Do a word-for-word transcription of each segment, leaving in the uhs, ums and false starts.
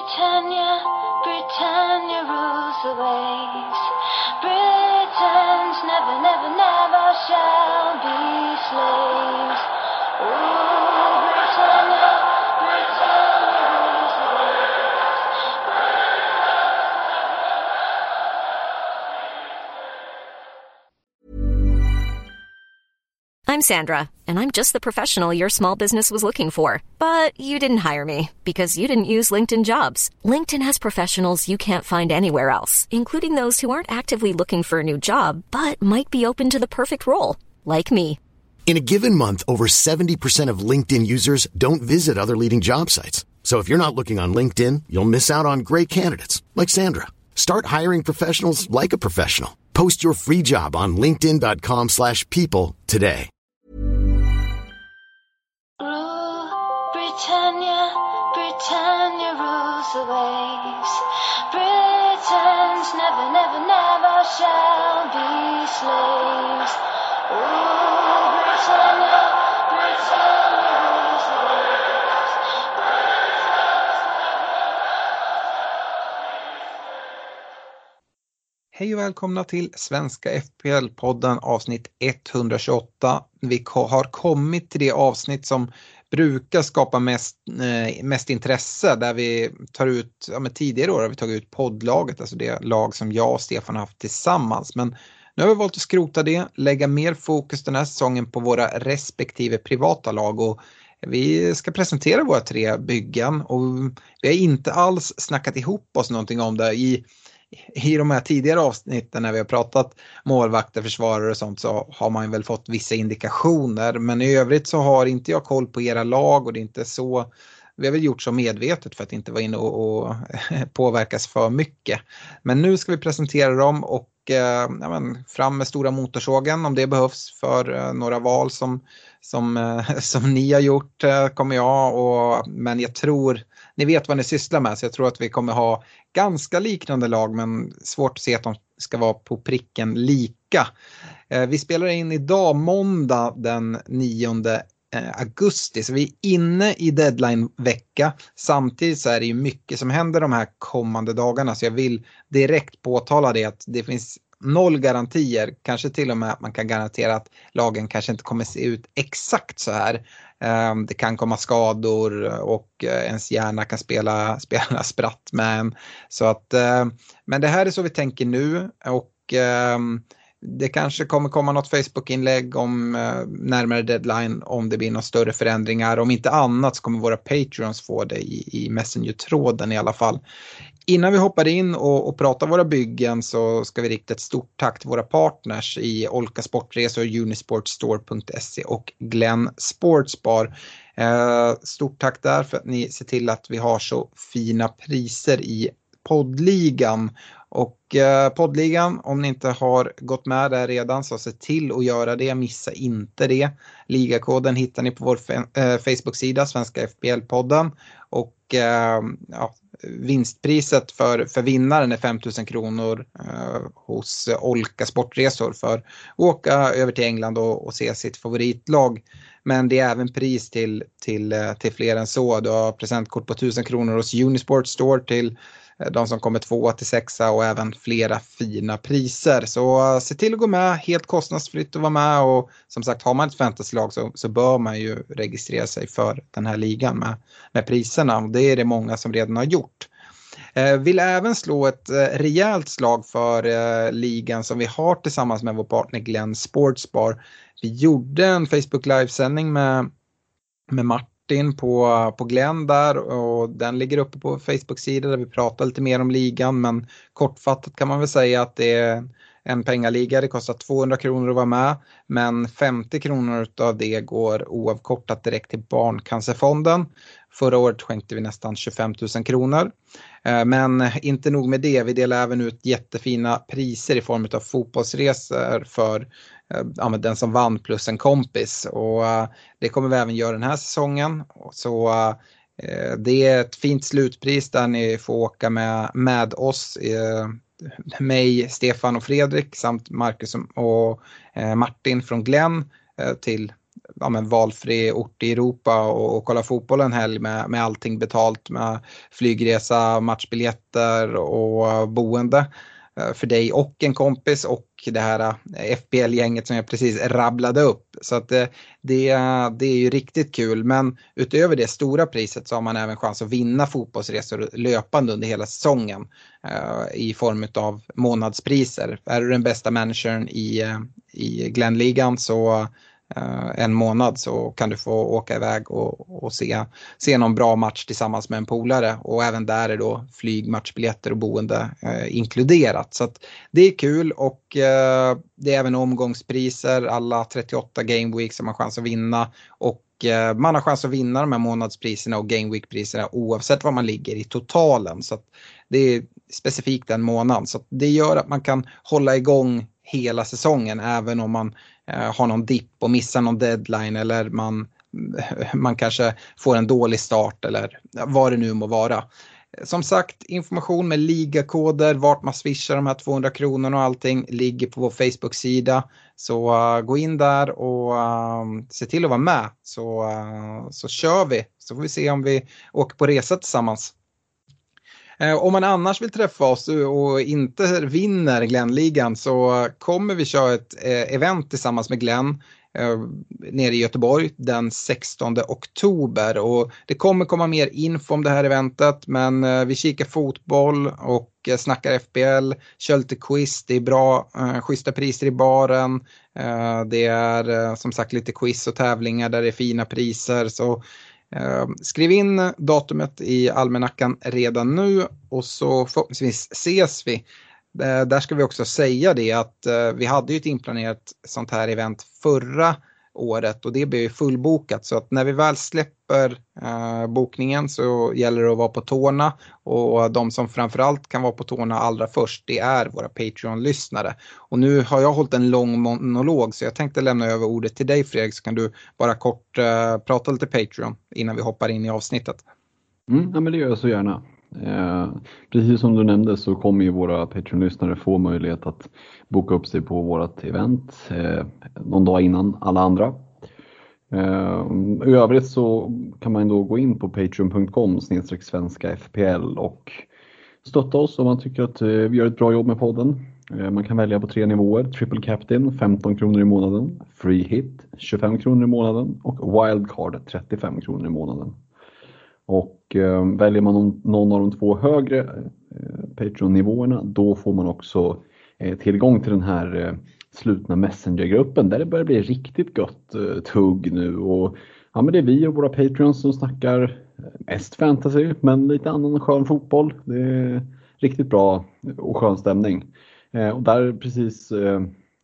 Britannia, Britannia rules the waves. Britons never, never, never shall be slaves. Oh, Britannia, Britannia rules the waves. I'm Sandra, and I'm just the professional your small business was looking for. But you didn't hire me because you didn't use LinkedIn Jobs. LinkedIn has professionals you can't find anywhere else, including those who aren't actively looking for a new job, but might be open to the perfect role, like me. In a given month, over seventy percent of LinkedIn users don't visit other leading job sites. So if you're not looking on LinkedIn, you'll miss out on great candidates, like Sandra. Start hiring professionals like a professional. Post your free job on linkedin dot com slash people today. Britannia, Britannia rules the waves. Britons never, never, never shall be slaves. Oh, Britannia, Britannia rules the waves. Hej och välkomna till Svenska F P L-podden avsnitt etthundratjugoåtta. Vi har kommit till det avsnitt som brukar skapa mest, eh, mest intresse, där vi tar ut, ja, men tidigare år har vi tagit ut poddlaget, alltså det lag som jag och Stefan har haft tillsammans. Men nu har vi valt att skrota det, lägga mer fokus den här säsongen på våra respektive privata lag, och vi ska presentera våra tre byggen, och vi har inte alls snackat ihop oss någonting om det i I de här tidigare avsnitten när vi har pratat målvakter, försvarare och sånt, så har man väl fått vissa indikationer. Men i övrigt så har inte jag koll på era lag, och det är inte så, vi har väl gjort så medvetet för att inte vara inne och, och påverkas för mycket. Men nu ska vi presentera dem, och eh, ja, men, fram med stora motorsågen om det behövs för eh, några val som, som, eh, som ni har gjort, eh, kommer jag. Och, men jag tror, ni vet vad ni sysslar med, så jag tror att vi kommer ha ganska liknande lag, men svårt att se att de ska vara på pricken lika. Eh, vi spelar in idag måndag den nionde augusti, så vi är inne i deadline-vecka. Samtidigt så är det ju mycket som händer de här kommande dagarna, så jag vill direkt påtala det att det finns noll garantier, kanske till och med att man kan garantera att lagen kanske inte kommer se ut exakt så här. Det kan komma skador och ens hjärna kan spela, spela spratt med en. Så att, men det här är så vi tänker nu, och det kanske kommer komma något Facebook-inlägg om närmare deadline om det blir några större förändringar. Om inte annat så kommer våra Patreons få det i, i Messenger-tråden i alla fall. Innan vi hoppar in och, och pratar våra byggen, så ska vi rikta ett stort tack till våra partners i Olka Sportresor, Unisportstore punkt se och Glenn Sportsbar. Eh, stort tack där för att ni ser till att vi har så fina priser i poddligan. Och eh, poddligan, om ni inte har gått med där redan, så se till att göra det, missa inte det. Ligakoden hittar ni på vår fe- eh, Facebook-sida, Svenska F P L-podden. Och eh, ja, vinstpriset för, för vinnaren är fem tusen kronor eh, hos Olka Sportresor för att åka över till England och, och se sitt favoritlag. Men det är även pris till, till, till fler än så. Du har presentkort på tusen kronor hos Unisport Store till de som kommer tvåa till sexa, och även flera fina priser. Så se till att gå med, helt kostnadsfritt att vara med, och som sagt, har man ett fantasylag så, så bör man ju registrera sig för den här ligan med, med priserna, och det är det många som redan har gjort. Eh, vill även slå ett eh, rejält slag för eh, ligan som vi har tillsammans med vår partner Glenn Sportsbar. Vi gjorde en Facebook livesändning med, med Martin på, på Glenn där, och den ligger uppe på Facebook-sidan där vi pratar lite mer om ligan, men kortfattat kan man väl säga att det är en pengaliga. Det kostar tvåhundra kronor att vara med, men femtio kronor av det går oavkortat direkt till Barncancerfonden. Förra året skänkte vi nästan tjugofem tusen kronor. Men inte nog med det, vi delar även ut jättefina priser i form av fotbollsresor för ja, den som vann plus en kompis. Och det kommer vi även göra den här säsongen. Så det är ett fint slutpris där ni får åka med, med oss, mig, Stefan och Fredrik samt Marcus och Martin från Glenn till ja, men valfri ort i Europa och, och kolla fotboll en helg med, med allting betalt, med flygresa, matchbiljetter och boende för dig och en kompis och det här F P L-gänget som jag precis rabblade upp. Så att det, det, det är ju riktigt kul. Men utöver det stora priset så har man även chans att vinna fotbollsresor löpande under hela säsongen uh, i form av månadspriser. Är du den bästa managern i, i Glenligan så Uh, en månad så kan du få åka iväg och, och se, se någon bra match tillsammans med en polare, och även där är då flyg, matchbiljetter och boende uh, inkluderat. Så att det är kul, och uh, det är även omgångspriser, alla trettioåtta Game Weeks som har chans att vinna, och uh, man har chans att vinna de här månadspriserna och Game Week-priserna oavsett vad man ligger i totalen. Så att det är specifikt en månad, så att det gör att man kan hålla igång hela säsongen även om man uh, har någon dipp och missar någon deadline, eller man, man kanske får en dålig start eller vad det nu må vara. Som sagt, information med ligakoder, vart man swishar de här tvåhundra kronorna och allting ligger på vår Facebook-sida. Så uh, gå in där och uh, se till att vara med, så, uh, så kör vi. Så får vi se om vi åker på resa tillsammans. Om man annars vill träffa oss och inte vinner Glenligan så kommer vi köra ett event tillsammans med Glenn nere i Göteborg den sextonde oktober, och det kommer komma mer info om det här eventet, men vi kikar fotboll och snackar F P L, kör lite quiz, det är bra schyssta priser i baren, det är som sagt lite quiz och tävlingar där det är fina priser, så Uh, skriv in datumet i almanackan redan nu, och så förhoppningsvis ses vi. Uh, där ska vi också säga det att uh, vi hade ju ett inplanerat sånt här event förra året och det blev ju fullbokat, så att när vi väl släpper uh, bokningen så gäller det att vara på tårna, och de som framförallt kan vara på tårna allra först, det är våra Patreon-lyssnare. Och nu har jag hållit en lång monolog, så jag tänkte lämna över ordet till dig, Fredrik, så kan du bara kort uh, prata lite Patreon innan vi hoppar in i avsnittet. Mm, ja, men det gör jag så gärna. Eh, precis som du nämnde så kommer ju våra Patreon-lyssnare få möjlighet att boka upp sig på vårat event eh, någon dag innan alla andra. Eh, I övrigt så kan man då gå in på patreon punkt com snedstreck svenska F P L och stötta oss om man tycker att eh, vi gör ett bra jobb med podden. Eh, man kan välja på tre nivåer: Triple Captain femton kronor i månaden, Free Hit tjugofem kronor i månaden och Wildcard trettiofem kronor i månaden. Och eh, väljer man någon, någon av de två högre eh, Patreon-nivåerna, då får man också eh, tillgång till den här eh, slutna Messenger-gruppen där det börjar bli riktigt gott eh, tugg nu. Och ja, men det är vi och våra Patreons som snackar mest fantasy, men lite annan skön fotboll. Det är riktigt bra och skön stämning. Eh, och där precis eh,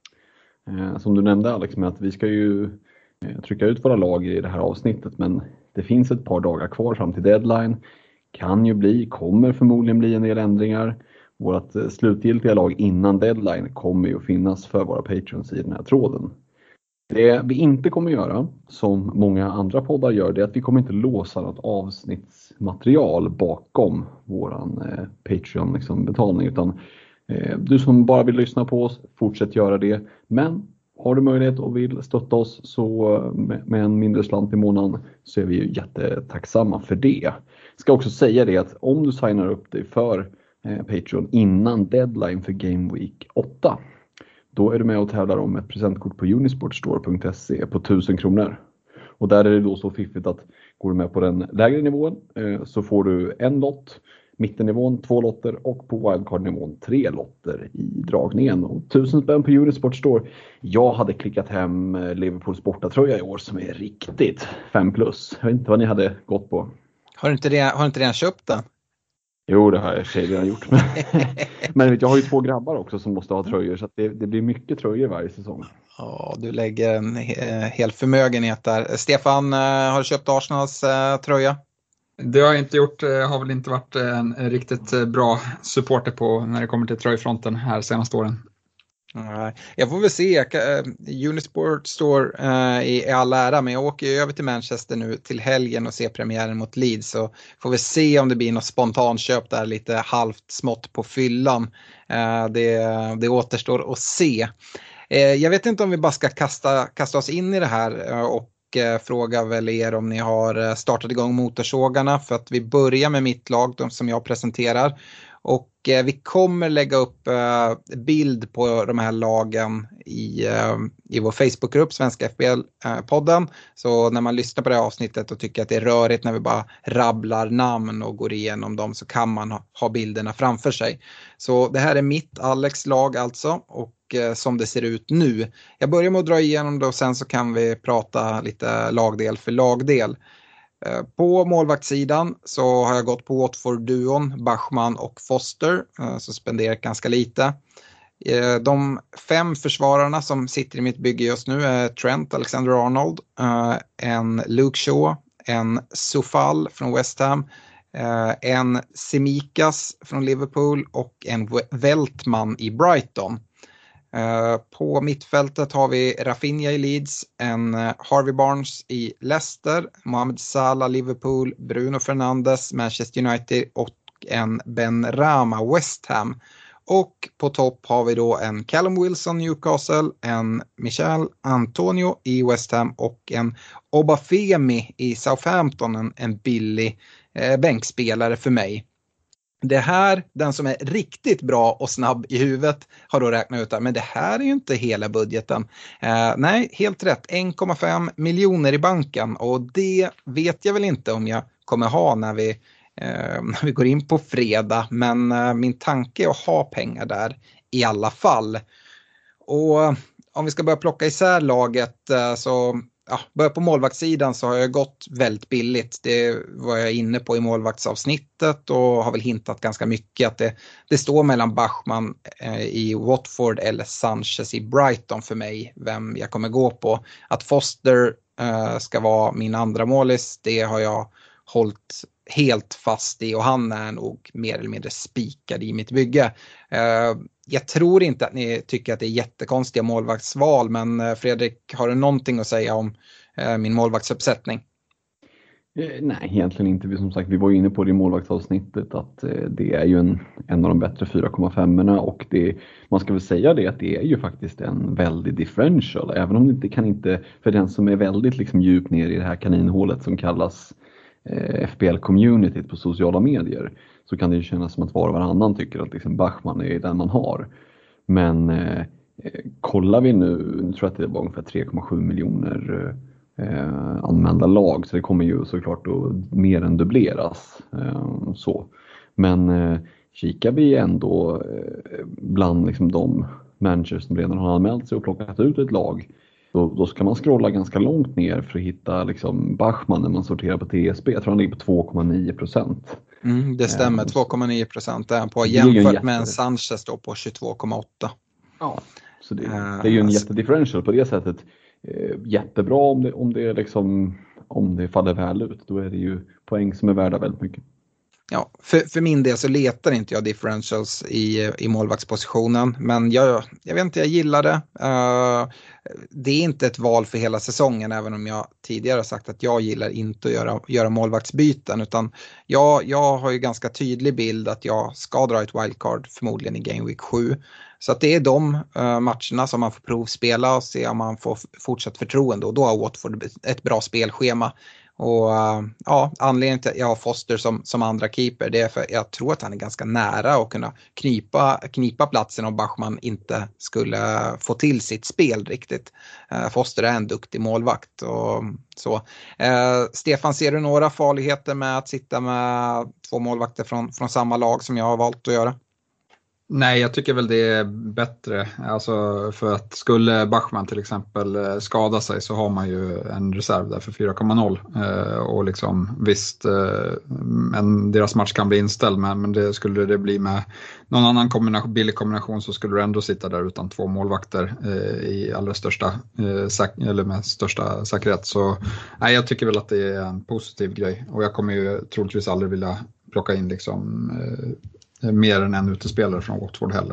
eh, som du nämnde, Alex, med att vi ska ju eh, trycka ut våra lag i det här avsnittet, men det finns ett par dagar kvar fram till deadline. Kan ju bli, kommer förmodligen bli en del ändringar. Vårt slutgiltiga lag innan deadline kommer ju att finnas för våra Patreons i den här tråden. Det vi inte kommer göra, som många andra poddar gör, det är att vi kommer inte låsa något avsnittsmaterial bakom våran eh, Patreon liksom, betalning. Utan eh, du som bara vill lyssna på oss, fortsätt göra det. Men har du möjlighet och vill stötta oss så med, med en mindre slant i månaden, så är vi ju jättetacksamma för det. Ska också säga det att om du signar upp dig för eh, Patreon innan deadline för Game Week åtta, då är du med och tävlar om ett presentkort på unisportstore punkt se på tusen kronor. Och där är det då så fiffigt att går du med på den lägre nivån eh, så får du en lott, mittennivån två lotter och på wildcard-nivån tre lotter i dragningen. Och tusen spänn på Unisport Store. Jag hade klickat hem Liverpools bortatröja i år som är riktigt fem plus. Jag vet inte vad ni hade gått på. Har du inte redan, har du inte redan köpt den? Jo, det har jag redan gjort. Men vet, jag har ju två grabbar också som måste ha tröjor, så att det, det blir mycket tröjor varje säsong. Ja, du lägger en hel förmögenhet där. Stefan, har du köpt Arsenals tröja? Det har jag inte gjort. Jag har väl inte varit en riktigt bra supporter på när det kommer till tröjfronten här senaste åren. Nej, jag får väl se. Unisport Store uh, i all ära, men jag åker ju över till Manchester nu till helgen och ser premiären mot Leeds, så får vi se om det blir något spontanköp där, lite halvt smått på fyllan. Uh, det, det återstår att se. Jag vet inte om vi bara ska kasta, kasta oss in i det här och fråga väl er om ni har startat igång motorsågarna, för att vi börjar med mitt lag, de som jag presenterar. Och vi kommer lägga upp bild på de här lagen i, i vår Facebookgrupp, Svenska F B L-podden. Så när man lyssnar på det här avsnittet och tycker att det är rörigt när vi bara rabblar namn och går igenom dem, så kan man ha, ha bilderna framför sig. Så det här är mitt Alex lag alltså, och som det ser ut nu. Jag börjar med att dra igenom det och sen så kan vi prata lite lagdel för lagdel. På målvaktssidan så har jag gått på Watford-duon, Bachmann och Foster, så spenderat ganska lite. De fem försvararna som sitter i mitt bygge just nu är Trent Alexander-Arnold, en Luke Shaw, en Sofal från West Ham, en Semikas från Liverpool och en Veltman i Brighton. Uh, på mittfältet har vi Rafinha i Leeds, en uh, Harvey Barnes i Leicester, Mohamed Salah Liverpool, Bruno Fernandes Manchester United och en Ben Rama West Ham. Och på topp har vi då en Callum Wilson Newcastle, en Michel Antonio i West Ham och en Obafemi i Southampton, en, en billig uh, bänkspelare för mig. Det här, den som är riktigt bra och snabb i huvudet, har då räknat ut det. Men det här är ju inte hela budgeten. Eh, nej, helt rätt. en komma fem miljoner i banken. Och det vet jag väl inte om jag kommer ha när vi, eh, när vi går in på fredag. Men eh, min tanke är att ha pengar där i alla fall. Och om vi ska börja plocka isär laget eh, så... Ja, börja på målvaktssidan så har jag gått väldigt billigt. Det var jag inne på i målvaktsavsnittet och har väl hintat ganska mycket att det, det står mellan Bachmann eh, i Watford eller Sanchez i Brighton för mig, vem jag kommer gå på. Att Foster eh, ska vara min andra målis, det har jag hållit helt fast i och han är nog mer eller mindre spikad i mitt bygge. Eh, jag tror inte att ni tycker att det är jättekonstiga målvaktsval, men Fredrik, har du någonting att säga om eh, min målvaktsuppsättning? Eh, nej, egentligen inte. Vi, som sagt, vi var inne på det i målvaktsavsnittet att eh, det är ju en, en av de bättre fyra komma fem-erna och det, man ska väl säga det att det är ju faktiskt en väldig differential, även om det inte kan inte, för den som är väldigt liksom djupt ner i det här kaninhålet som kallas eh, F B L-communityt på sociala medier, så kan det ju kännas som att var och varannan tycker att liksom Bachmann är den man har. Men eh, kollar vi nu, nu tror jag att det var ungefär tre komma sju miljoner eh, anmälda lag, så det kommer ju såklart att mer än dubbleras. Eh, så. Men eh, kikar vi ändå eh, bland liksom de managers som redan har anmält sig och plockat ut ett lag, då, då ska man scrolla ganska långt ner för att hitta liksom Bachmann när man sorterar på T S B. Jag tror han ligger på två komma nio procent. Mm, det stämmer, två komma nio procent är han på, jämfört med en Sanchez då på tjugotvå komma åtta. Ja, så det, det är ju en uh, jättedifferential på det sättet. Eh, jättebra om det, om det liksom, om det faller väl ut. Då är det ju poäng som är värda väldigt mycket. Ja, för, för min del så letar inte jag differentials i, i målvaktspositionen, men jag, jag vet inte, jag gillar det. Uh, det är inte ett val för hela säsongen, även om jag tidigare har sagt att jag gillar inte att göra, göra målvaktsbyten, utan jag, jag har ju ganska tydlig bild att jag ska dra ett wildcard förmodligen i Game Week sju. Så att det är de uh, matcherna som man får provspela och se om man får fortsatt förtroende, och då har Watford ett bra spelschema. Och uh, ja, anledningen till att jag har Foster som, som andra keeper, det är för jag tror att han är ganska nära att kunna knipa, knipa platsen om Bachmann inte skulle få till sitt spel riktigt. Uh, Foster är en duktig målvakt och så. Uh, Stefan, ser du några farligheter med att sitta med två målvakter från, från samma lag som jag har valt att göra? Nej, jag tycker väl det är bättre. Alltså för att skulle Bachmann till exempel skada sig så har man ju en reserv där för fyra komma noll. Eh, och liksom visst, eh, en, deras match kan bli inställd, men, men det skulle det bli med någon annan kombination, billig kombination, så skulle du ändå sitta där utan två målvakter eh, i allra största, eh, säk- eller med största säkerhet. Så nej, jag tycker väl att det är en positiv grej. Och jag kommer ju troligtvis aldrig vilja plocka in liksom... Eh, mer än en utespelare från Watford heller.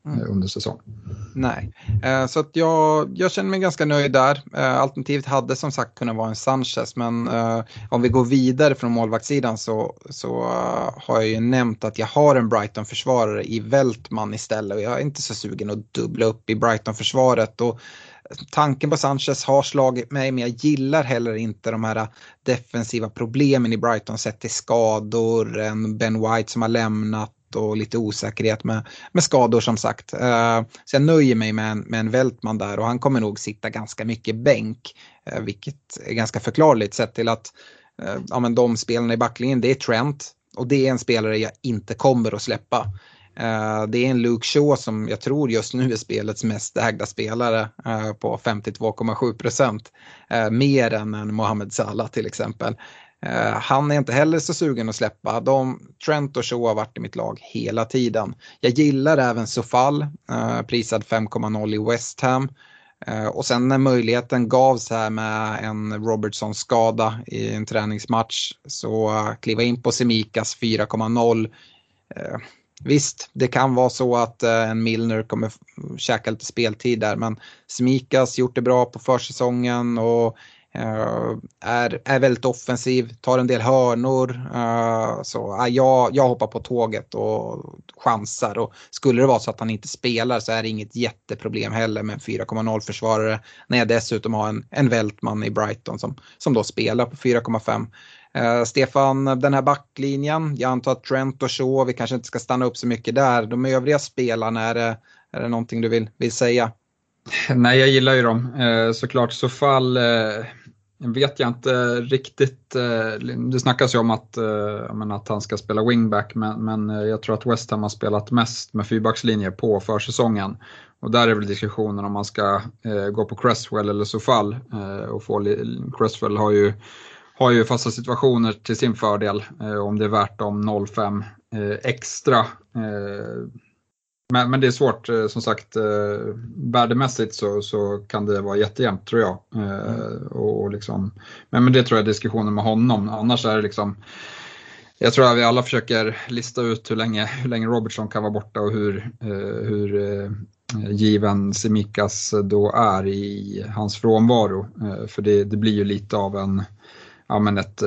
mm. under säsong. Nej, eh, så att jag, jag känner mig ganska nöjd där. Eh, alternativet hade som sagt kunnat vara en Sanchez, men eh, om vi går vidare från målvaktssidan så, så uh, har jag ju nämnt att jag har en Brighton-försvarare i Veltman istället, och jag är inte så sugen att dubbla upp i Brighton-försvaret. Och tanken på Sanchez har slagit mig, men jag gillar heller inte de här defensiva problemen i Brighton sett till skador, en Ben White som har lämnat och lite osäkerhet med, med skador som sagt. Uh, så jag nöjer mig med en, med en Veltman där, och han kommer nog sitta ganska mycket bänk, uh, vilket är ganska förklarligt sett till att uh, ja, men de spelarna i backlinjen, det är Trent, och det är en spelare jag inte kommer att släppa. Uh, det är en Luke Shaw som jag tror just nu är spelets mest ägda spelare uh, på femtiotvå komma sju procent. Uh, mer än en Mohamed Salah till exempel. Uh, han är inte heller så sugen att släppa. De, Trent och Shaw har varit i mitt lag hela tiden. Jag gillar även Sofall, uh, prisad fem komma noll i West Ham. Uh, och sen när möjligheten gavs här med en Robertson skada i en träningsmatch, så uh, kliva in på Semikas fyra komma noll. Uh, Visst, det kan vara så att uh, en Milner kommer f- käka lite speltid där, men Semikas gjort det bra på försäsongen och uh, är, är väldigt offensiv, tar en del hörnor. Uh, så uh, jag, jag hoppar på tåget och chansar, och skulle det vara så att han inte spelar så är det inget jätteproblem heller med fyra komma noll försvarare, när jag dessutom har en, en Veltman i Brighton som, som då spelar på fyra komma fem. Uh, Stefan, den här backlinjen, jag antar att Trent och Shaw, vi kanske inte ska stanna upp så mycket där. De övriga spelarna, är det, är det någonting du vill, vill säga? Nej, jag gillar ju dem. Uh, såklart så fall uh, vet jag inte riktigt. Uh, det snackas ju om att, uh, men att han ska spela wingback, men, men uh, jag tror att West Ham har spelat mest med fyrbackslinjer på försäsongen. Och där är väl diskussionen om man ska uh, gå på Cresswell eller Sofall. Uh, och få li- Cresswell har ju har ju fasta situationer till sin fördel, eh, om det är värt de noll komma fem eh, extra. Eh, men, men det är svårt, eh, som sagt, eh, värdemässigt så, så kan det vara jättejämnt tror jag. Eh, mm. och liksom, men, men det tror jag är diskussionen med honom. Annars är det liksom, jag tror att vi alla försöker lista ut hur länge, hur länge Robertson kan vara borta och hur, eh, hur eh, given Semikas då är i hans frånvaro. Eh, för det, det blir ju lite av en Ja, men ett,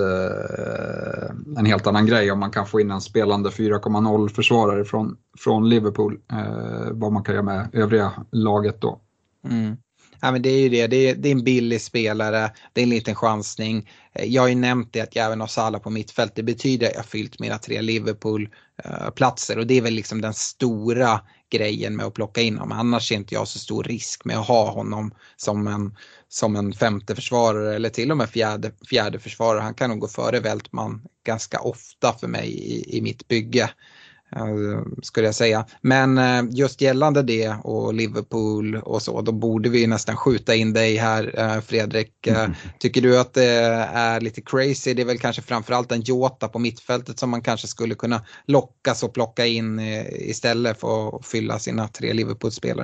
eh, en helt annan grej om man kan få in en spelande fyra komma noll försvarare från, från Liverpool. Eh, vad man kan göra med övriga laget då. Mm. Ja, men det är ju det. Det är, det är en billig spelare. Det är en liten chansning. Jag har ju nämnt det att jag även har Salah på mittfält. Det betyder att jag har fyllt mina tre Liverpool-platser. Och det är väl liksom den stora grejen med att plocka in honom. Annars är inte jag så stor risk med att ha honom som en, som en femte försvarare eller till och med fjärde, fjärde försvarare. Han kan nog gå före Veltman ganska ofta för mig i, i mitt bygge, uh, skulle jag säga. Men uh, just gällande det och Liverpool och så, då borde vi nästan skjuta in dig här, uh, Fredrik. Uh, tycker du att det är lite crazy? Det är väl kanske framförallt en Jota på mittfältet som man kanske skulle kunna lockas och plocka in uh, istället för att fylla sina tre Liverpool-spelare.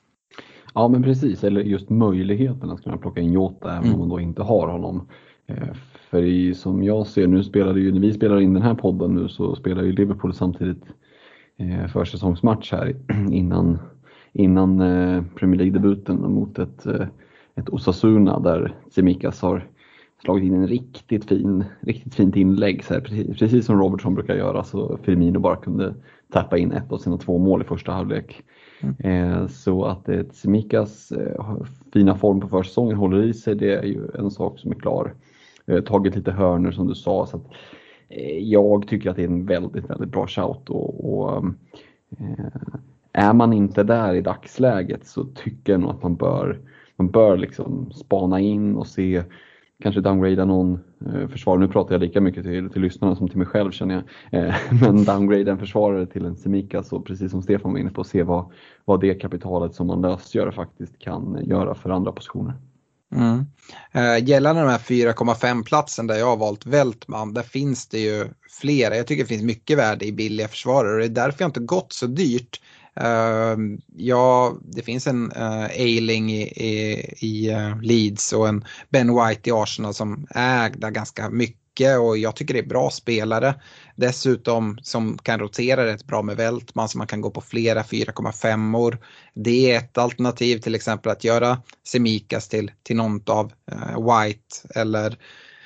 Ja, men precis. Eller just möjligheten att kunna plocka in Jota även mm. om man då inte har honom. Eh, för i, som jag ser, nu spelade ju, när vi spelar in den här podden nu så spelar ju Liverpool samtidigt eh, försäsongsmatch här innan, innan eh, Premier League-debuten mot ett, eh, ett Osasuna där Tsimikas har slagit in en riktigt fin, riktigt fint inlägg. Så här, precis, precis som Robertson brukar göra, så Firmino bara kunde tappa in ett av sina två mål i första halvlek. Mm. Eh, så att eh, Tsimikas eh, fina form på försäsongen håller i sig, det är ju en sak som är klar. Eh, tagit lite hörnor som du sa, så att eh, jag tycker att det är en väldigt, väldigt bra shout. Och, och eh, är man inte där i dagsläget så tycker jag nog att man bör, man bör liksom spana in och se, kanske downgrada någon eh, försvarare. Nu pratar jag lika mycket till, till lyssnarna som till mig själv, känner jag. Eh, men downgrada en försvarare till en Tsimikas, så precis som Stefan var inne på, se vad, vad det kapitalet som man lösgör faktiskt kan göra för andra positioner. Mm. Eh, gällande de här fyra komma fem platsen där jag har valt Veltman, där finns det ju flera. Jag tycker det finns mycket värde i billiga försvarare, och det är därför jag inte gått så dyrt. Uh, ja, det finns en uh, Ayling i, i, i uh, Leeds och en Ben White i Arsenal som ägda ganska mycket mycket och jag tycker det är bra spelare. Dessutom som kan rotera rätt bra med Veltman, så man kan gå på flera fyra komma fem-or. Det är ett alternativ, till exempel att göra Tsimikas till, till någon av uh, White eller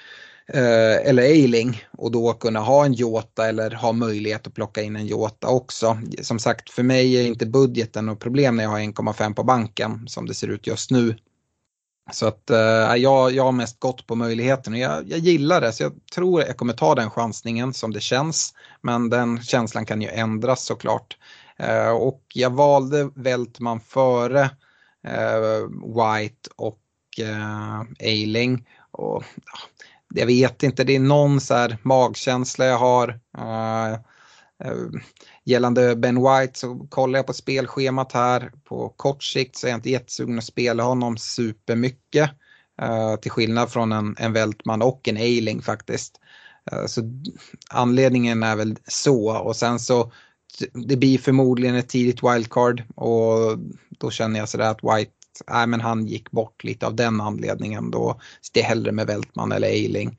eller Eiling och då kunna ha en Jota eller ha möjlighet att plocka in en Jota också. Som sagt, för mig är inte budgeten något problem när jag har en komma fem på banken som det ser ut just nu. Så att uh, jag, jag har mest gått på möjligheten och jag, jag gillar det, så jag tror jag kommer ta den chansningen som det känns, men den känslan kan ju ändras såklart. Uh, och jag valde Veltman före uh, White och uh, Eiling och uh, jag vet inte, det är någon så här magkänsla jag har. Uh, uh, gällande Ben White så kollar jag på spelschemat här. På kort sikt så är jag inte jättesugen att spela honom supermycket. Uh, till skillnad från en, en Veltman och en Eiling faktiskt. Uh, så anledningen är väl så. Och sen så det blir förmodligen ett tidigt wildcard. Och då känner jag sådär att White, nej, men han gick bort lite av den anledningen. Då det är hellre med Veltman eller Eiling.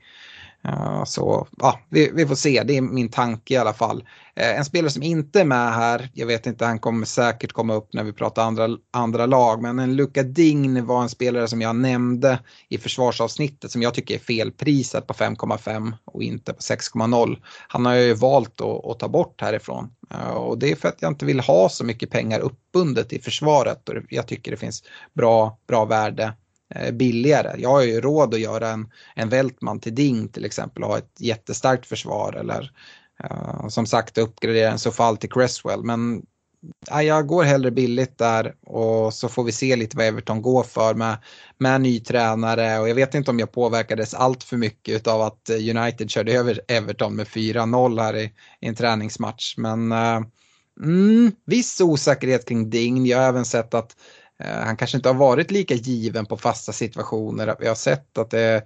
Uh, så ja, vi, vi får se, det är min tanke i alla fall. Uh, en spelare som inte är med här, jag vet inte, han kommer säkert komma upp när vi pratar andra, andra lag, men en Luka Digne var en spelare som jag nämnde i försvarsavsnittet som jag tycker är felprisad på fem komma fem och inte på sex komma noll. Han har ju valt att, att ta bort härifrån. Uh, och det är för att jag inte vill ha så mycket pengar uppbundet i försvaret och jag tycker det finns bra, bra värde billigare. Jag har ju råd att göra en, en Veltman till Ding till exempel och ha ett jättestarkt försvar eller uh, som sagt uppgradera en Sofall till Cresswell, men uh, jag går hellre billigt där och så får vi se lite vad Everton går för med, med ny tränare och jag vet inte om jag påverkades allt för mycket av att United körde över Everton med fyra noll här i, i en träningsmatch, men uh, mm, viss osäkerhet kring Ding. Jag har även sett att han kanske inte har varit lika given på fasta situationer. Vi har sett att det,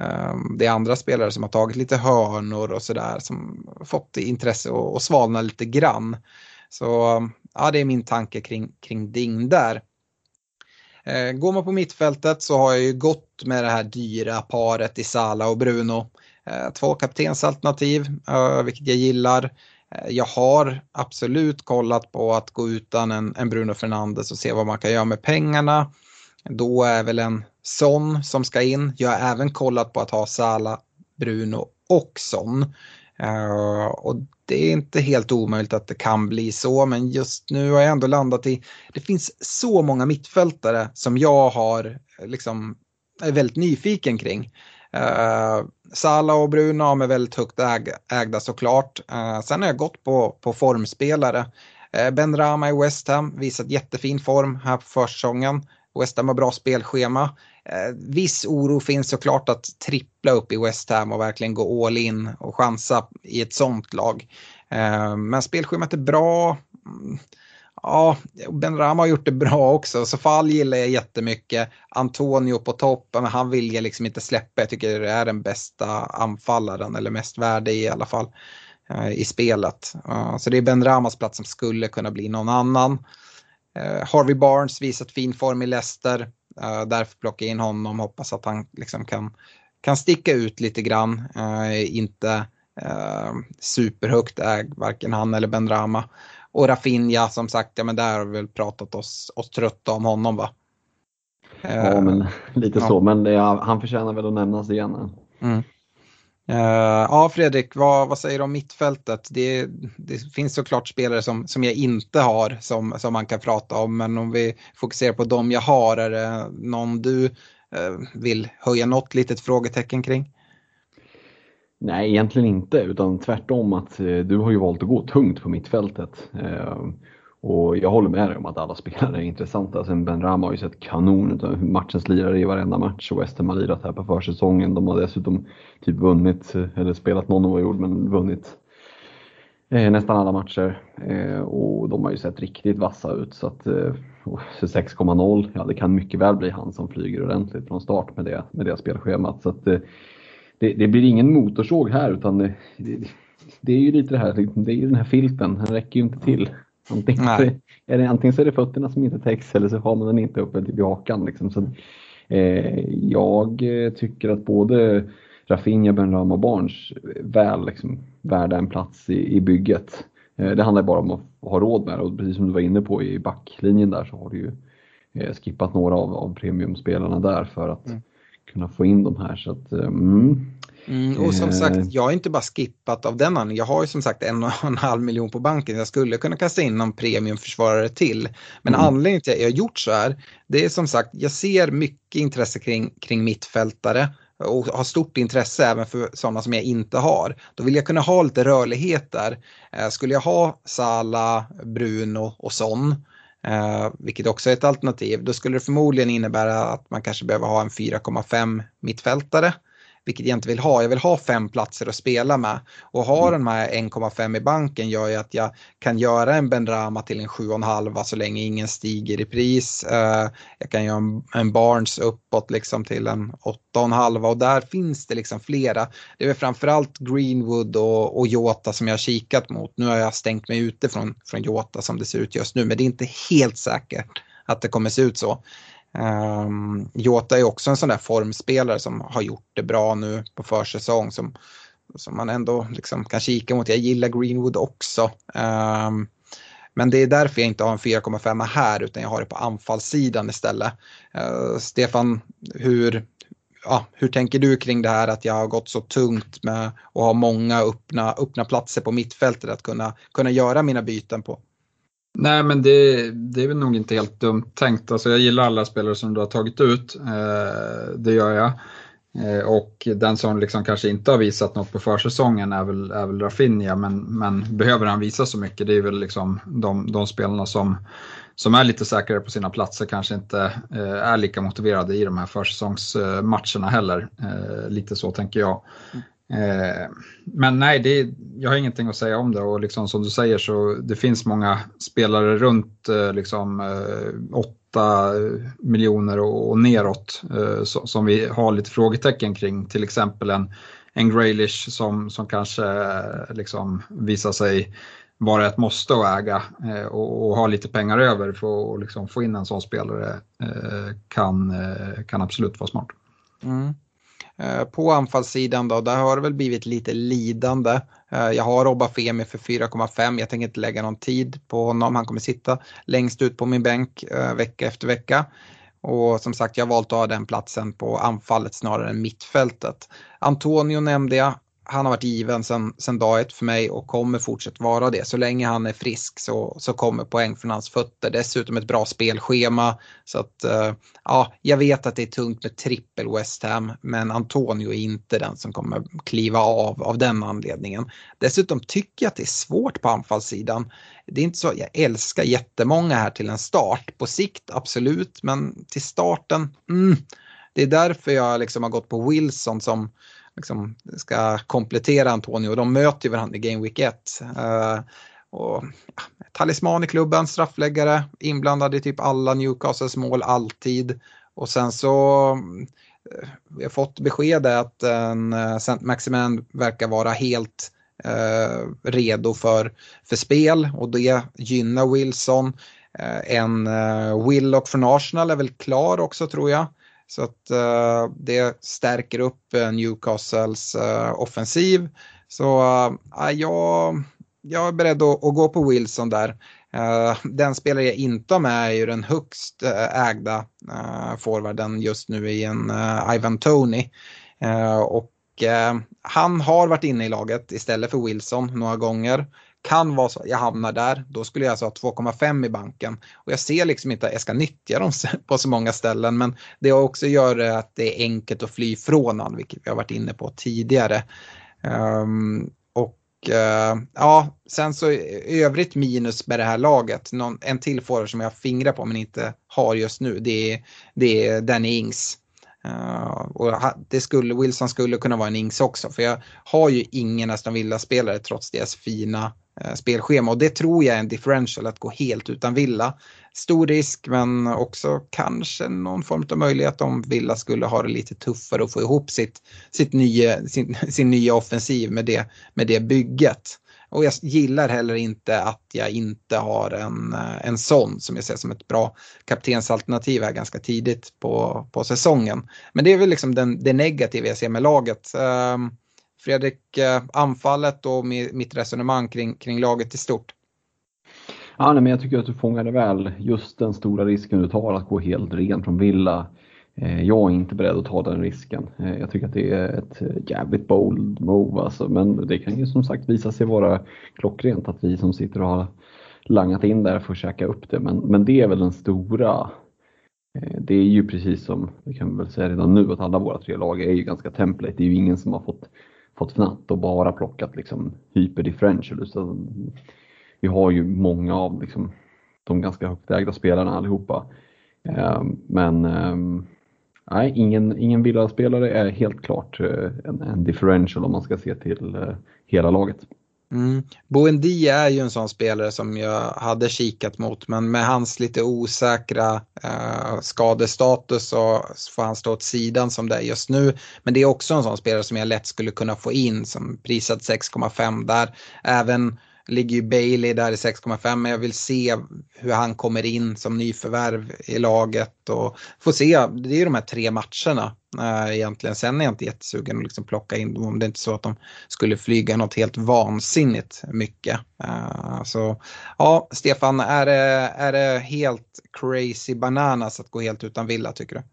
det är andra spelare som har tagit lite hörnor och sådär som fått intresse och svalna lite grann. Så ja, det är min tanke kring, kring Ding där. Går man på mittfältet så har jag ju gått med det här dyra paret i Salah och Bruno. Två kaptensalternativ, vilket jag gillar. Jag har absolut kollat på att gå utan en, en Bruno Fernandes och se vad man kan göra med pengarna. Då är väl en Son som ska in. Jag har även kollat på att ha Salah, Bruno och Son. Uh, och det är inte helt omöjligt att det kan bli så, men just nu har jag ändå landat i, det finns så många mittfältare som jag har liksom är väldigt nyfiken kring. Uh, Salah och Bruno är väldigt högt äg, ägda såklart. Uh, sen har jag gått på, på formspelare. Uh, Ben Rama i West Ham visat jättefin form här på försäsongen. West Ham har bra spelschema. Uh, viss oro finns såklart att trippla upp i West Ham och verkligen gå all in och chansa i ett sånt lag. Uh, men spelschemat är bra. Mm. Ja, Ben Rama har gjort det bra också. Sofall gillar jag jättemycket. Antonio på topp, men han vill jag liksom inte släppa. Jag tycker det är den bästa anfallaren, eller mest värde i alla fall uh, i spelet. Uh, så det är Ben Ramas plats som skulle kunna bli någon annan. Uh, Harvey Barnes visat fin form i Leicester. Uh, därför plockar jag in honom. Hoppas att han liksom kan, kan sticka ut lite grann. Uh, inte uh, superhögt äg, varken han eller Ben Rama. Och Rafinha som sagt, ja men där har vi väl pratat oss, oss trötta om honom va? Ja men lite ja. så, men det, han förtjänar väl att nämnas igen. Mm. Uh, ja Fredrik, vad, vad säger du om mittfältet? Det, det finns såklart spelare som, som jag inte har som, som man kan prata om, men om vi fokuserar på dem jag har, är det någon du uh, vill höja något litet frågetecken kring? Nej, egentligen inte, utan tvärtom att eh, du har ju valt att gå tungt på mittfältet. Eh, och jag håller med dig om att alla spelare är intressanta. Sen Ben Rama har ju sett kanon av matchens lirare i varenda match och West Ham har lirat här på försäsongen. De har dessutom typ vunnit, eller spelat någon oavgjord, men vunnit eh, nästan alla matcher. Eh, och de har ju sett riktigt vassa ut. Så att eh, sex komma noll, ja det kan mycket väl bli han som flyger ordentligt från start med det, med det spelschemat. Så att eh, Det, det blir ingen motorsåg här, utan det, det, det är ju lite det här, det är ju den här filten, den räcker ju inte till. Antingen så är, det, antingen så är det fötterna som inte täcks eller så har man den inte uppe till hakan. Liksom. Så, eh, jag tycker att både Rafinha, Benrahma och Barnes väl liksom värda en plats i, i bygget. Eh, det handlar bara om att ha råd med det, och precis som du var inne på i backlinjen där så har du ju eh, skippat några av, av premiumspelarna där för att mm. kunna få in de här. Så att, mm, Mm, och som sagt, jag har inte bara skippat av den anledningen. Jag har ju som sagt en och en halv miljon på banken. Jag skulle kunna kasta in någon premiumförsvarare till. Men mm. anledningen till att jag har gjort så här, det är som sagt, jag ser mycket intresse kring, kring mittfältare. Och har stort intresse även för sådana som jag inte har. Då vill jag kunna ha lite rörlighet där. Eh, skulle jag ha Salah, Bruno och Son, eh, vilket också är ett alternativ, då skulle det förmodligen innebära att man kanske behöver ha en fyra komma fem mittfältare. Vilket jag inte vill ha. Jag vill ha fem platser att spela med. Och ha den här en komma fem i banken gör ju att jag kan göra en Benrahma till en sju komma fem så länge ingen stiger i pris. Uh, jag kan göra en, en Barnes uppåt liksom till en åtta komma fem och där finns det liksom flera. Det är väl framförallt Greenwood och, och Jota som jag har kikat mot. Nu har jag stängt mig ute från, från Jota som det ser ut just nu, men det är inte helt säkert att det kommer se ut så. Um, Jota är också en sån där formspelare som har gjort det bra nu på försäsong som, som man ändå liksom kan kika mot. Jag gillar Greenwood också, um, men det är därför jag inte har en fyra komma fem här utan jag har det på anfallssidan istället. uh, Stefan, hur, ja, hur tänker du kring det här att jag har gått så tungt med att ha många öppna, öppna platser på mittfältet att kunna, kunna göra mina byten på? Nej, men det, det är väl nog inte helt dumt tänkt. Alltså jag gillar alla spelare som du har tagit ut, eh, det gör jag. Eh, och den som liksom kanske inte har visat något på försäsongen är väl, är väl Rafinha, men, men behöver han visa så mycket? Det är väl liksom de, de spelarna som, som är lite säkrare på sina platser kanske inte eh, är lika motiverade i de här försäsongsmatcherna heller. Eh, lite så tänker jag. Mm. Eh, men nej, det, jag har ingenting att säga om det, och liksom som du säger så det finns många spelare runt eh, liksom eh, åtta miljoner och, och neråt eh, så, som vi har lite frågetecken kring, till exempel en, en Grealish som, som kanske eh, liksom visar sig vara ett måste att äga eh, och, och ha lite pengar över för att liksom få in en sån spelare eh, kan, eh, kan absolut vara smart. Mm. På anfallssidan då, där har det väl blivit lite lidande. Jag har Obafemi för fyra komma fem. Jag tänker inte lägga någon tid på honom. Han kommer sitta längst ut på min bänk vecka efter vecka. Och som sagt, jag har valt att ha den platsen på anfallet snarare än mittfältet. Antonio nämnde jag. Han har varit given sedan, sedan dag ett för mig och kommer fortsätta vara det. Så länge han är frisk så, så kommer poäng från hans fötter. Dessutom ett bra spelschema. Så att, uh, ja, jag vet att det är tungt med trippel West Ham. Men Antonio är inte den som kommer kliva av av den anledningen. Dessutom tycker jag att det är svårt på anfallssidan. Det är inte så, jag älskar jättemånga här till en start. På sikt absolut, men till starten, mm, det är därför jag liksom har gått på Wilson som liksom ska komplettera Antonio. De möter ju varandra i Game Week ett. Uh, och, ja, talisman i klubben, straffläggare, inblandad i typ alla Newcastles mål alltid. Och sen så uh, vi har fått besked att en uh, Saint Maximin verkar vara helt uh, redo för, för spel. Och det gynnar Wilson. Uh, en uh, Willock från Arsenal är väl klar också tror jag. Så att uh, det stärker upp uh, Newcastles uh, offensiv. Så uh, jag, jag är beredd att, att gå på Wilson där. Uh, den spelare jag inte har med är ju den högst uh, ägda uh, forwarden just nu i en uh, Ivan Toney. Uh, och uh, han har varit inne i laget istället för Wilson några gånger. Kan vara så, jag hamnar där, då skulle jag alltså ha två komma fem i banken. Och jag ser liksom inte att jag ska nyttja dem på så många ställen. Men det också gör att det är enkelt att fly från han, vilket vi har varit inne på tidigare. Um, och uh, ja, sen så övrigt minus med det här laget. Någon, en till forward som jag fingrar på men inte har just nu, det är, det är Danny Ings. Uh, och det skulle, Wilson skulle kunna vara en Ings också, för jag har ju ingen Aston Villa-spelare trots deras fina uh, spelschema, och det tror jag är en differential att gå helt utan Villa. Stor risk, men också kanske någon form av möjlighet om Villa skulle ha det lite tuffare att få ihop sitt, sitt nya, sin, sin nya offensiv med det, med det bygget. Och jag gillar heller inte att jag inte har en, en sån som jag ser som ett bra kaptensalternativ här ganska tidigt på, på säsongen. Men det är väl liksom den, det negativa jag ser med laget. Um, Fredrik, uh, anfallet och med, mitt resonemang kring, kring laget i stort. Ja, nej, men jag tycker att du fångade väl just den stora risken du tar att gå helt ren från Villa. Jag är inte beredd att ta den risken. Jag tycker att det är ett jävligt bold move. Alltså. Men det kan ju som sagt visa sig vara klockrent att vi som sitter och har langat in där får käka upp det. Men, men det är väl den stora. Det är ju precis som, det kan vi väl säga redan nu, att alla våra tre lag är ju ganska template. Det är ju ingen som har fått, fått fnatt och bara plockat liksom hyperdifferential. Så vi har ju många av liksom, de ganska högt ägda spelarna allihopa. Men nej, ingen, ingen Villa-spelare är helt klart en, en differential om man ska se till uh, hela laget. Mm. Buendia är ju en sån spelare som jag hade kikat mot, men med hans lite osäkra uh, skadestatus så får han stå åt sidan som det är just nu. Men det är också en sån spelare som jag lätt skulle kunna få in som prisad sex komma fem där. Även ligger ju Bailey där i sex komma fem, men jag vill se hur han kommer in som nyförvärv i laget och få se, det är ju de här tre matcherna äh, egentligen. Sen är jag inte jättesugen att liksom plocka in dem om det är inte så att de skulle flyga något helt vansinnigt mycket. Äh, så ja, Stefan, är det, är det helt crazy bananas att gå helt utan Villa, tycker du?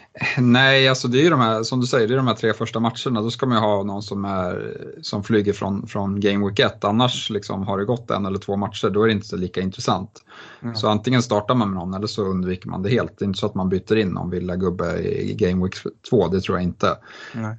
Nej, alltså det är ju de här, som du säger, det är de här tre första matcherna. Då ska man ju ha någon som, är, som flyger från, från Game Week ett. Annars liksom har det gått en eller två matcher, då är det inte så lika intressant. Mm. Så antingen startar man med någon eller så undviker man det helt. Det är inte så att man byter in någon Villa-gubbe i Game Week två, det tror jag inte. Mm.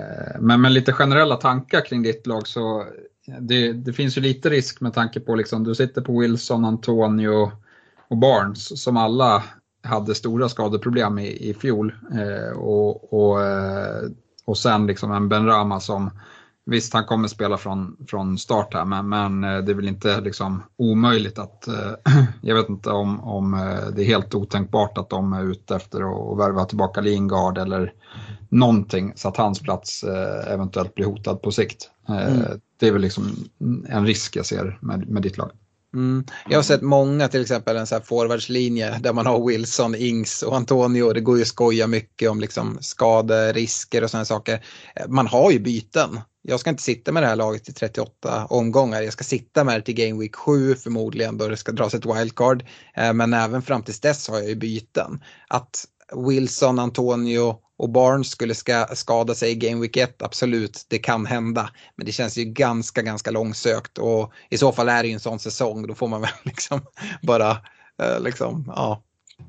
Men med lite generella tankar kring ditt lag så det, det finns ju lite risk med tanke på liksom, du sitter på Wilson, Antonio och Barnes som alla hade stora skadeproblem i, i fjol eh, och, och, eh, och sen liksom en Benrahma som visst han kommer spela från, från start här men, men det är väl inte liksom omöjligt att eh, jag vet inte om, om det är helt otänkbart att de är ute efter att värva tillbaka Lingard eller någonting så att hans plats eh, eventuellt blir hotad på sikt. Eh, mm. Det är väl liksom en risk jag ser med, med ditt lag. Mm. Jag har sett många, till exempel en så här forwardslinje där man har Wilson, Ings och Antonio. Det går ju att skoja mycket om liksom skaderisker och sådana saker. Man har ju byten. Jag ska inte sitta med det här laget i trettioåtta omgångar. Jag ska sitta med det till Game Week sju förmodligen då det ska dras ett wildcard. Men även fram tills dess har jag ju byten. Att Wilson, Antonio och Barnes skulle ska skada sig i Game Week ett, absolut, det kan hända. Men det känns ju ganska, ganska långsökt. Och i så fall är det ju en sån säsong, då får man väl liksom bara, eh, liksom, ja,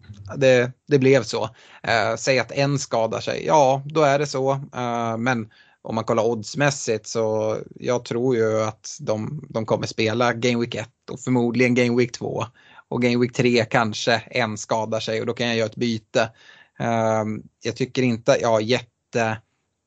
det, det blev så. Eh, säg att en skadar sig, ja, då är det så. Eh, men om man kollar oddsmässigt så jag tror ju att de, de kommer spela Game Week ett och förmodligen Game Week två. Och Game Week tre kanske en skadar sig och då kan jag göra ett byte. Uh, jag tycker inte, ja jätte, uh,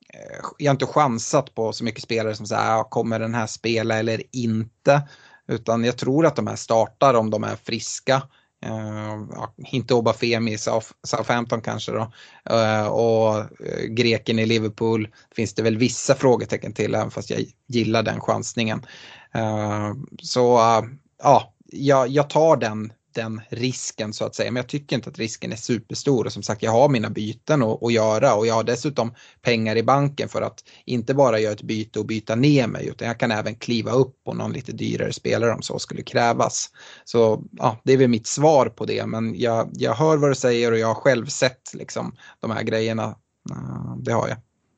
jag har inte chansat på så mycket spelare som säger, ja, kommer den här spela eller inte. Utan jag tror att de här startar om de är friska. Uh, ja, inte Obafemi i Southampton kanske då. Uh, och uh, greken i Liverpool finns det väl vissa frågetecken till, även fast jag gillar den chansningen. Uh, så uh, ja, jag, jag tar den den risken så att säga, men jag tycker inte att risken är superstor och som sagt jag har mina byten att, att göra och jag har dessutom pengar i banken för att inte bara göra ett byte och byta ner mig utan jag kan även kliva upp på någon lite dyrare spelare om så skulle krävas. Så ja, det är väl mitt svar på det, men jag, jag hör vad du säger och jag har själv sett liksom de här grejerna, det har jag.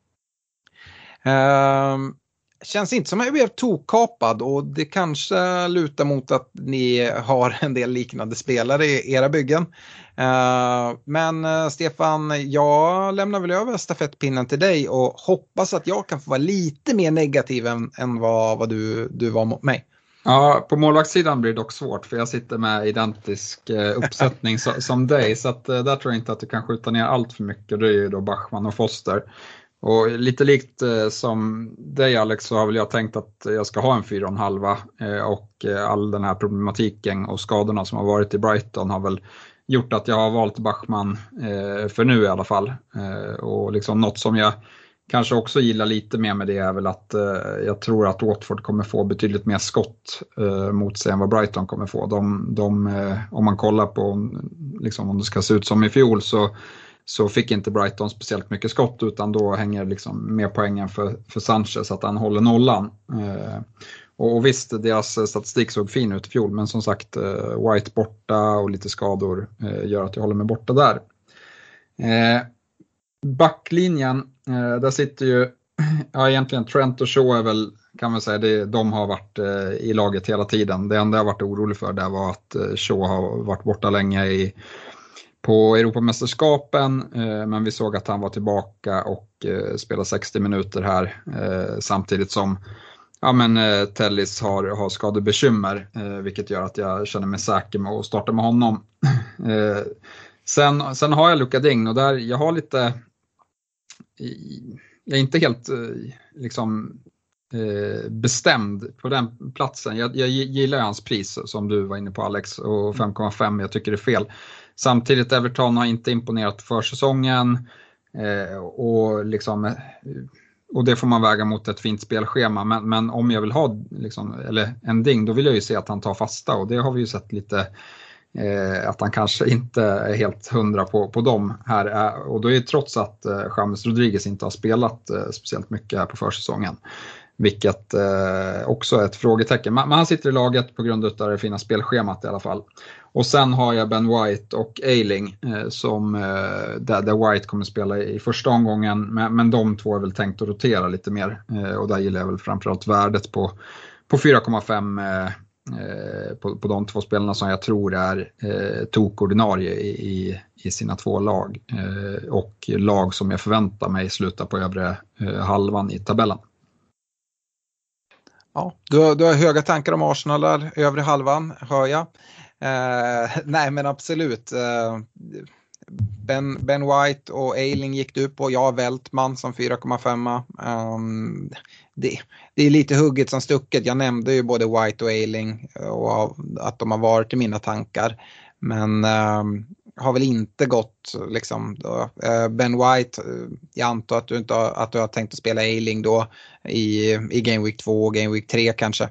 Um, Känns inte som att jag blev tokkapad och det kanske lutar mot att ni har en del liknande spelare i era byggen. Uh, men uh, Stefan, jag lämnar väl över stafettpinnen till dig och hoppas att jag kan få vara lite mer negativ än, än vad, vad du, du var mot mig. Ja, på målvaktssidan blir det dock svårt för jag sitter med identisk uh, uppsättning so, som dig så att, uh, där tror jag inte att du kan skjuta ner allt för mycket. Det är ju då Bachmann och Foster. Och lite likt eh, som dig Alex så har väl jag tänkt att jag ska ha en fyra och en halva eh, och eh, all den här problematiken och skadorna som har varit i Brighton har väl gjort att jag har valt Bachmann eh, för nu i alla fall. Eh, och liksom något som jag kanske också gillar lite mer med det är väl att eh, jag tror att Watford kommer få betydligt mer skott eh, mot sig än vad Brighton kommer få. De, de, eh, om man kollar på liksom, om det ska se ut som i fjol så, så fick inte Brighton speciellt mycket skott, utan då hänger liksom mer poängen för, för Sanchez att han håller nollan. Eh, och, och visst, deras statistik såg fin ut i fjol, men som sagt eh, White borta och lite skador eh, gör att jag håller mig borta där. Eh, backlinjen, eh, där sitter ju ja, egentligen Trent och Shaw är väl, kan man säga, det, de har varit eh, i laget hela tiden. Det enda jag varit orolig för där var att eh, Shaw har varit borta länge i, på Europamästerskapen, eh, men vi såg att han var tillbaka och eh, spelade sextio minuter här eh, samtidigt som ja, men, eh, Tellis har, har skadebekymmer, eh, vilket gör att jag känner mig säker med att starta med honom. eh, sen, sen har jag Luka Digne och där jag har lite jag är inte helt liksom bestämd på den platsen. Jag, jag gillar hans pris som du var inne på, Alex, och fem komma fem jag tycker det är fel. Samtidigt Everton har inte imponerat för säsongen och liksom och det får man väga mot ett fint spelschema, men, men om jag vill ha liksom, eller en ding, då vill jag ju se att han tar fasta, och det har vi ju sett lite Eh, att han kanske inte är helt hundra på, på dem här, eh, och då är det trots att eh, James Rodriguez inte har spelat eh, speciellt mycket här på försäsongen, vilket eh, också är ett frågetecken, men, men han sitter i laget på grund av det fina spelschemat i alla fall. Och sen har jag Ben White och Ayling eh, som eh, där, där White kommer spela i första omgången, men, men de två är väl tänkt att rotera lite mer, eh, och där gillar jag väl framförallt värdet på, på fyra komma fem eh, På, på de två spelarna som jag tror är eh, tokordinarie i, i, i sina två lag eh, och lag som jag förväntar mig sluta på övre eh, halvan i tabellen. Ja, du har, du har höga tankar om Arsenal där, övre halvan, hör jag. Eh, nej men absolut. Eh, ben, Ben White och Ayling gick du på, jag Vältman som fyra komma fem. Um, det, det är lite hugget som stucket. Jag nämnde ju både White och Ayling och att de har varit i mina tankar. Men um, har väl inte gått liksom då. Uh, Ben White, uh, jag antar att du inte har, att du har tänkt att spela Ayling då i, i Game Week två och Game Week tre kanske.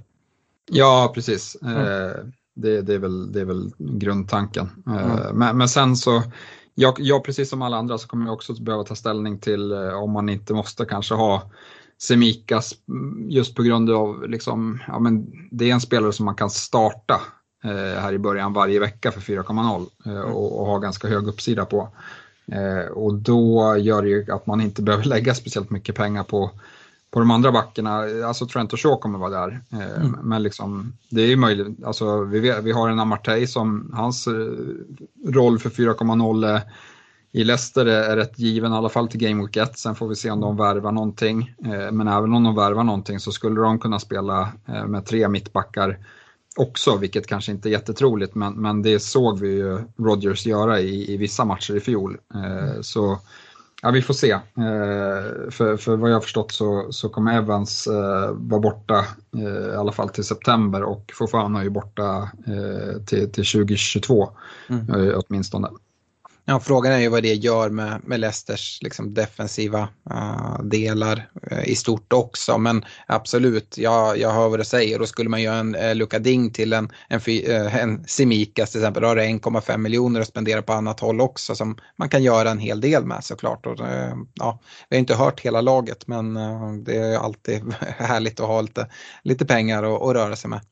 Ja, precis. Mm. Uh, det, det, är väl, det är väl grundtanken. Uh, mm. men, men sen så jag, jag, precis som alla andra, så kommer jag också behöva ta ställning till uh, om man inte måste kanske ha Semikas just på grund av liksom, ja, men det är en spelare som man kan starta eh, här i början varje vecka för fyra komma noll eh, och, och ha ganska hög uppsida på. Eh, och då gör det ju att man inte behöver lägga speciellt mycket pengar på, på de andra backarna. Alltså Trent och Shaw kommer vara där. Eh, mm. Men liksom, det är ju möjligt. Alltså, vi, vi har en Amartey som hans eh, roll för fyra komma noll eh, i Leicester är rätt given i alla fall till Game Week ett. Sen får vi se om de värvar någonting. Men även om de värvar någonting så skulle de kunna spela med tre mittbackar också, vilket kanske inte är jättetroligt. Men, men det såg vi ju Rodgers göra i, i vissa matcher i fjol. Så ja, vi får se. För, för vad jag har förstått så, så kommer Evans vara borta i alla fall till september, och Fofana är ju borta till, till tjugo tjugotvå mm. åtminstone. Ja, frågan är ju vad det gör med, med Leicesters liksom defensiva uh, delar uh, i stort också. Men absolut, jag, jag hör vad du säger. Då skulle man göra en uh, Luka Digne till en, en, uh, en Semikas till exempel. Då har det en komma fem miljoner att spendera på annat håll också, som man kan göra en hel del med såklart. Och, uh, ja, vi har inte hört hela laget, men uh, det är alltid härligt att ha lite, lite pengar att, att röra sig med.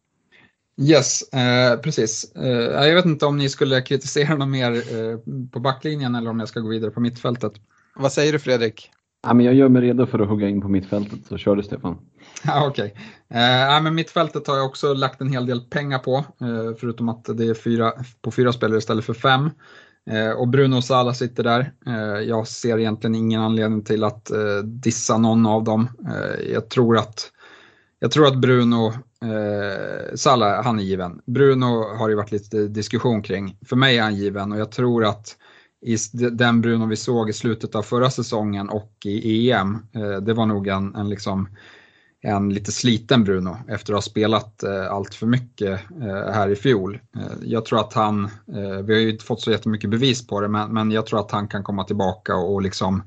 Yes, eh, precis. Eh, jag vet inte om ni skulle kritisera något mer eh, på backlinjen eller om jag ska gå vidare på mittfältet. Vad säger du, Fredrik? Ja, men jag gör mig redo för att hugga in på mittfältet, så kör du, Stefan. Ja, okej. Okay. Eh, men mittfältet har jag också lagt en hel del pengar på, eh, förutom att det är fyra, på fyra spelare istället för fem. Eh, och Bruno Sala sitter där. Eh, jag ser egentligen ingen anledning till att eh, dissa någon av dem. Eh, jag tror att Jag tror att Bruno, eh, Salah, han är given. Bruno har ju varit lite diskussion kring. För mig är han given, och jag tror att i den Bruno vi såg i slutet av förra säsongen och i E M, eh, det var nog en, en, liksom, en lite sliten Bruno efter att ha spelat eh, allt för mycket eh, här i fjol. Eh, jag tror att han, eh, vi har ju inte fått så jättemycket bevis på det, men, men jag tror att han kan komma tillbaka och, och liksom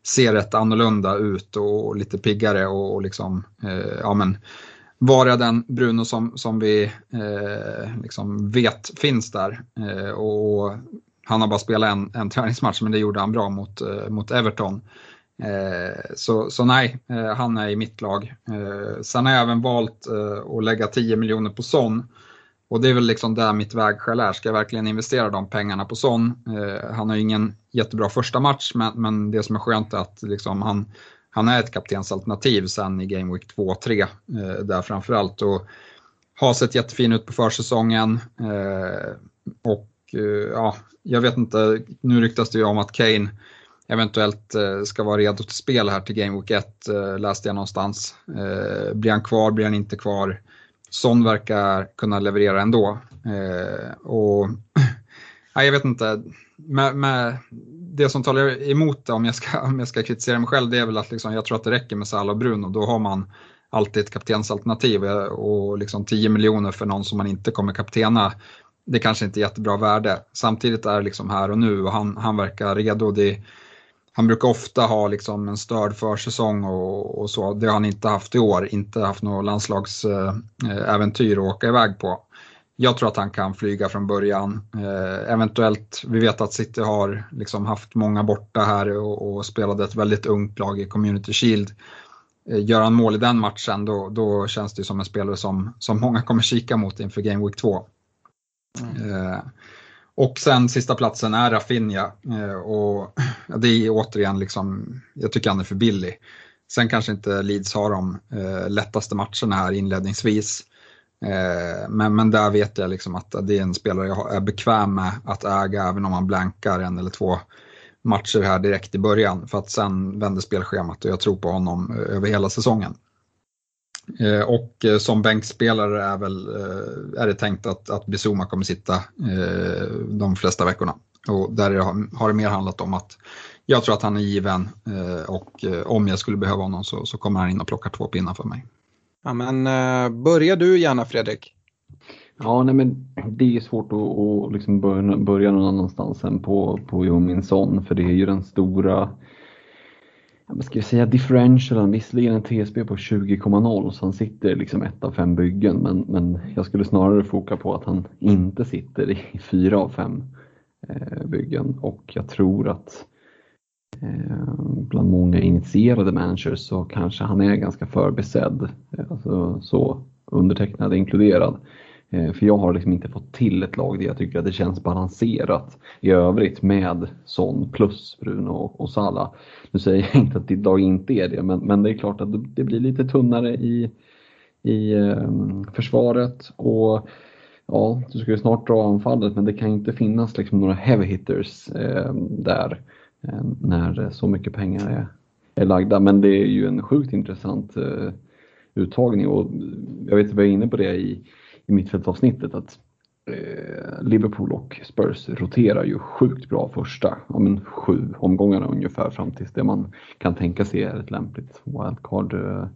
ser rätt annorlunda ut och lite piggare och, och liksom, eh, ja men vara den Bruno som, som vi eh, liksom vet finns där. Eh, och han har bara spelat en, en träningsmatch, men det gjorde han bra mot, eh, mot Everton. Eh, så, så nej, eh, han är i mitt lag. Eh, sen har jag även valt eh, att lägga tio miljoner på Son. Och det är väl liksom där mitt vägskäl är. Ska jag verkligen investera de pengarna på Son? Eh, han har ju ingen jättebra första match, men, men det som är skönt är att liksom han, han är ett kaptensalternativ sen i Game Week två och tre eh, där framförallt. Och har sett jättefin ut på försäsongen. Eh, och eh, ja, jag vet inte, nu ryktas det ju om att Kane eventuellt eh, ska vara redo till spel här till Game Week ett, eh, läste jag någonstans. Eh, blir han kvar, blir han inte kvar? Son verkar kunna leverera ändå. Eh, och ja, jag vet inte, med, med det som talar emot det, om jag ska, om jag ska kritisera mig själv, det är väl att liksom, jag tror att det räcker med Salah och Bruno. Då har man alltid ett kaptensalternativ, och liksom tio miljoner för någon som man inte kommer kaptena, det kanske inte är jättebra värde. Samtidigt är det liksom här och nu, och han, han verkar redo. Det, han brukar ofta ha liksom en störd försäsong och, och så. Det har han inte haft i år. Inte haft något landslagsäventyr att åka iväg på. Jag tror att han kan flyga från början. Eh, eventuellt, vi vet att City har liksom haft många borta här och, och spelade ett väldigt ungt lag i Community Shield. Eh, gör han mål i den matchen, då, då känns det som en spelare som, som många kommer kika mot inför Game Week två. Mm. Eh, och sen sista platsen är Rafinha, eh, och det är återigen liksom, jag tycker han är för billig. Sen kanske inte Leeds har de eh, lättaste matcherna här inledningsvis, eh, men, men där vet jag liksom att det är en spelare jag är bekväm med att äga, även om man blankar en eller två matcher här direkt i början, för att sen vänder spelschemat, och jag tror på honom över hela säsongen. Eh, och eh, som bänkspelare är väl eh, är det tänkt att, att Bissouma kommer sitta eh, de flesta veckorna, och där är, har det mer handlat om att jag tror att han är given, eh, och eh, om jag skulle behöva honom så, så kommer han in och plockar två pinnar för mig. Ja, men eh, börjar du gärna, Fredrik? Ja, nej, men det är svårt att, att liksom börja, börja någon annanstans än på, på Heung-min Son, för det är ju den stora, jag ska säga, differentialen. Visserligen en T S B på tjugo komma noll, så han sitter liksom ett av fem byggen, men, men jag skulle snarare foka på att han inte sitter i fyra av fem eh, byggen, och jag tror att eh, bland många initierade managers så kanske han är ganska förbesedd, alltså så undertecknad inkluderad. För jag har liksom inte fått till ett lag där jag tycker att det känns balanserat i övrigt med Son plus Bruno och Salah. Nu säger jag inte att ditt lag inte är det, men, men det är klart att det blir lite tunnare i, i um, försvaret. Och ja, du ska ju snart dra anfallet, men det kan inte finnas liksom några heavy hitters eh, där eh, när så mycket pengar är, är lagda. Men det är ju en sjukt intressant eh, uttagning, och jag vet att vi är inne på det i i mittfältsavsnittet, att eh, Liverpool och Spurs roterar ju sjukt bra första ja, men sju omgångarna ungefär, fram tills det man kan tänka sig är ett lämpligt wildcard eh,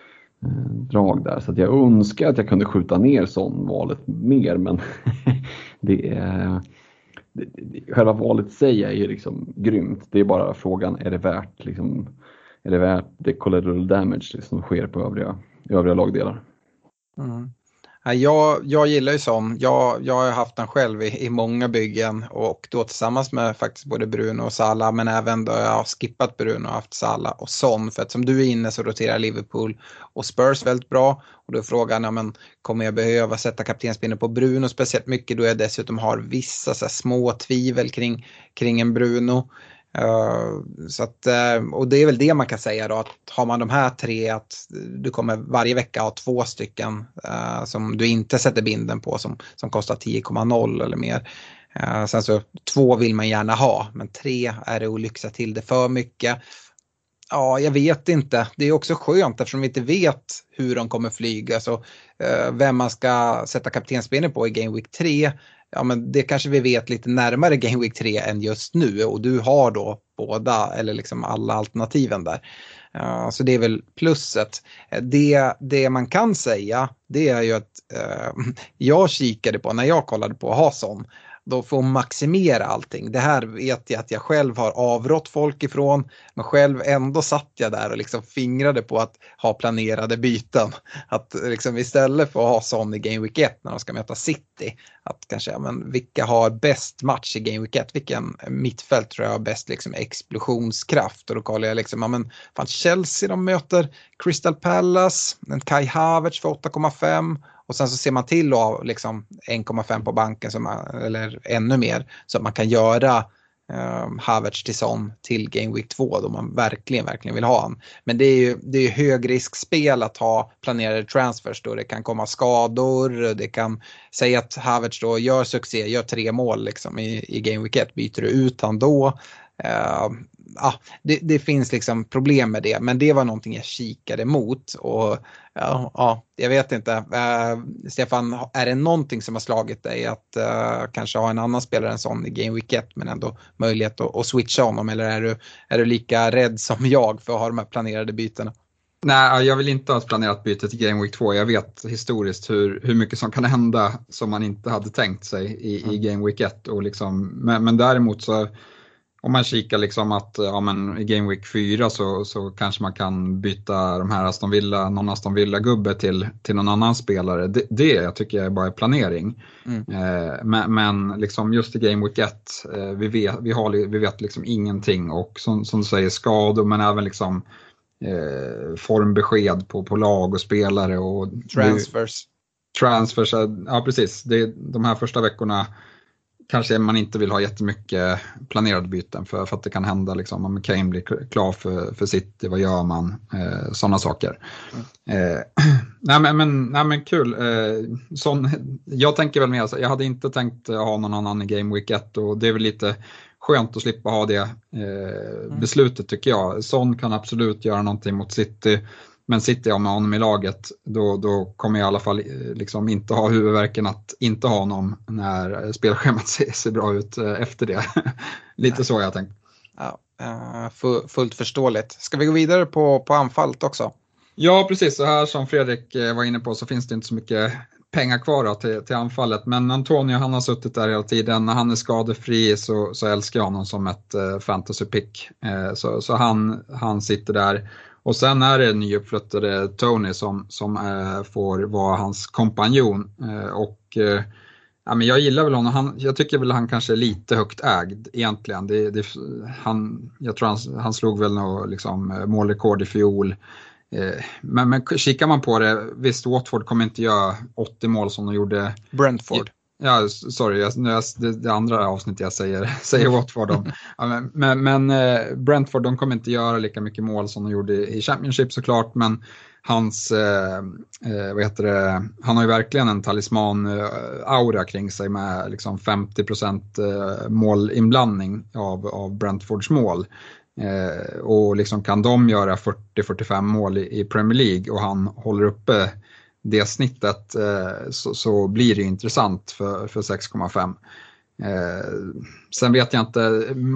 drag där. Så att jag önskar att jag kunde skjuta ner sån valet mer, men det är det, det, själva valet i sig är ju liksom grymt. Det är bara frågan, är det värt liksom, är det värt det collateral damage som sker på övriga, övriga lagdelar? Mm. Jag, jag gillar ju Son. Jag, jag har haft den själv i, i många byggen, och då tillsammans med faktiskt både Bruno och Salah, men även då jag har skippat Bruno och haft Salah och Son, för att som du är inne så roterar Liverpool och Spurs väldigt bra, och då är frågan, ja, men kommer jag behöva sätta kaptenspinnen på Bruno speciellt mycket, då jag dessutom har vissa så här små tvivel kring, kring en Bruno. Uh, så att, uh, och det är väl det man kan säga då, att har man de här tre, att du kommer varje vecka ha två stycken uh, som du inte sätter binden på, som, som kostar tio komma noll eller mer. Uh, sen så två vill man gärna ha, men tre är det att lyxa till det för mycket. Ja, jag vet inte. Det är också skönt eftersom vi inte vet hur de kommer flyga, så uh, vem man ska sätta kaptenspinnen på i Game Week tre, ja, men det kanske vi vet lite närmare Game Week tre än just nu, och du har då båda eller liksom alla alternativen där. Uh, så det är väl plusset. Det, det man kan säga, det är ju att uh, jag kikade på när jag kollade på Hason, då får hon maximera allting. Det här vet jag att jag själv har avrått folk ifrån, men själv ändå satt jag där och liksom fingrade på att ha planerade byten. Att liksom istället för att ha sån i Game Week ett när de ska möta City, att kanske, ja, men vilka har bäst match i Game Week ett, vilken mittfält tror jag har bäst liksom explosionskraft, och då kollar jag liksom, ja, men fan, Chelsea de möter Crystal Palace, en Kai Havertz för åtta komma fem, och sen så ser man till att ha liksom en komma fem på banken som, eller ännu mer, så att man kan göra Um, Havertz till Son till Game Week två då man verkligen, verkligen vill ha han. Men det är ju, det är ju högriskspel att ha planerade transfers då det kan komma skador, det kan säga att Havertz då gör succé, gör tre mål liksom i, i Game Week ett, byter du ut han då. Uh, ja, det, det finns liksom problem med det, men det var någonting jag kikade emot, och ja, ja jag vet inte. Uh, Stefan, är det någonting som har slagit dig att uh, kanske ha en annan spelare än sån i Game Week ett, men ändå möjlighet att, att switcha honom, eller är du, är du lika rädd som jag för att ha de här planerade bytena? Nej, jag vill inte ha ett planerat byte till Game Week två. Jag vet historiskt hur, hur mycket som kan hända som man inte hade tänkt sig i, mm. i Game Week ett. Och liksom, men, men däremot så, om man kikar liksom att ja, men i Game Week fyra så, så kanske man kan byta de här Aston Villa, någon Aston Villa-gubbe till, till någon annan spelare. Det, det jag tycker jag är bara planering. Mm. Eh, men men liksom just i Game Week ett, eh, vi, vet, vi, har, vi vet liksom ingenting. Och som, som du säger, skador, men även liksom eh, formbesked på, på lag och spelare. Och transfers. Det, transfers, ja precis. Det, de här första veckorna kanske man inte vill ha jättemycket planerade byten för, för att det kan hända liksom, om Kane blir klar för, för City, vad gör man? Eh, sådana saker. Mm. Eh, nej, men, men, nej men kul. Eh, sån, jag tänker väl mer, jag hade inte tänkt ha någon annan i Game Week ett, och det är väl lite skönt att slippa ha det eh, mm. beslutet tycker jag. Son kan absolut göra någonting mot City. Men sitter jag med honom i laget, då, då kommer jag i alla fall liksom inte ha huvudvärken att inte ha honom när spelschemat ser, ser bra ut efter det. Lite Nej. Så jag tänkt. Ja, fullt förståeligt. Ska vi gå vidare på, på anfallet också? Ja, precis. Så här som Fredrik var inne på så finns det inte så mycket pengar kvar till, till anfallet. Men Antonio, han har suttit där hela tiden. När han är skadefri så, så älskar jag honom som ett uh, fantasy pick. Uh, så så han, han sitter där. Och sen är det nyuppflyttade Tony som, som äh, får vara hans kompanjon. Äh, och äh, ja, men jag gillar väl honom. Han, jag tycker väl han kanske är lite högt ägd egentligen. Det, det, han, jag tror han, han slog väl något liksom, målrekord i fjol. Äh, men, men kikar man på det, visst Watford kommer inte göra åttio mål som de gjorde. Brentford. Ja, sorry, jag, det, det andra avsnittet jag säger, säger Watford om. Ja, men men eh, Brentford, de kommer inte göra lika mycket mål som de gjorde i Championship såklart, men hans, eh, eh, vad heter det, han har ju verkligen en talisman-aura eh, kring sig med liksom femtio procent eh, målinblandning av, av Brentfords mål. Eh, och liksom kan de göra fyrtio till fyrtiofem mål i, i Premier League och han håller uppe det snittet, eh, så, så blir det intressant för, för sex komma fem. Eh, sen vet jag inte,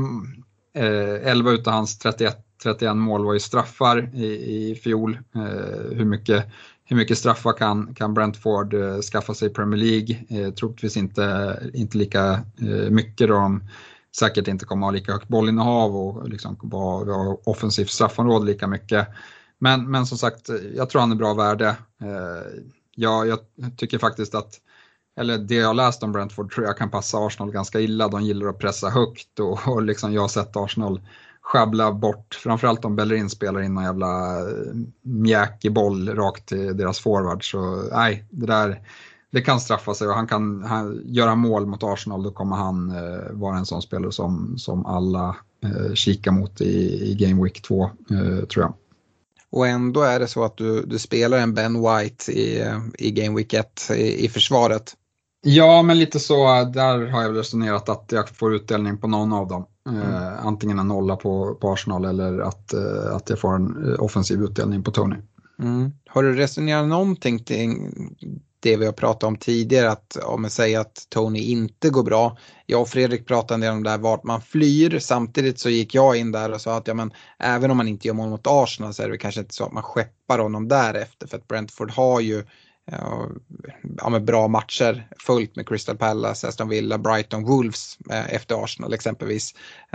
eh, elva utav hans trettioett, trettioett mål var ju straffar i, i fjol. Eh, hur, mycket, hur mycket straffar kan, kan Brentford eh, skaffa sig i Premier League? Eh, troligtvis inte, inte lika eh, mycket då de säkert inte kommer ha lika högt bollinnehav och liksom vara offensivt straffområde lika mycket. Men, men som sagt, jag tror han är bra värde. Eh, ja, jag tycker faktiskt att, eller det jag läst om Brentford tror jag kan passa Arsenal ganska illa. De gillar att pressa högt och, och liksom jag har sett Arsenal schabbla bort, framförallt om Bellerin spelar in någon jävla mjäkig boll rakt till deras forward. Så nej, det där, det kan straffa sig och han kan han, göra mål mot Arsenal, då kommer han eh, vara en sån spelare som, som alla eh, kikar mot i, i Game Week två, eh, tror jag. Och ändå är det så att du, du spelar en Ben White i, i Game Week ett i, i försvaret. Ja, men lite så, där har jag resonerat att jag får utdelning på någon av dem. Mm. Eh, antingen en nolla på, på Arsenal eller att, eh, att jag får en offensiv utdelning på Tony. Mm. Har du resonerat någonting till det vi har pratat om tidigare, att om man säger att Tony inte går bra? Jag och Fredrik pratade en del om där vart man flyr. Samtidigt så gick jag in där och sa att ja, men, även om man inte gör mål mot Arsenal så är det kanske inte så att man skeppar honom därefter, för att Brentford har ju ja, med bra matcher fullt med Crystal Palace, Aston Villa, Brighton, Wolves efter Arsenal exempelvis.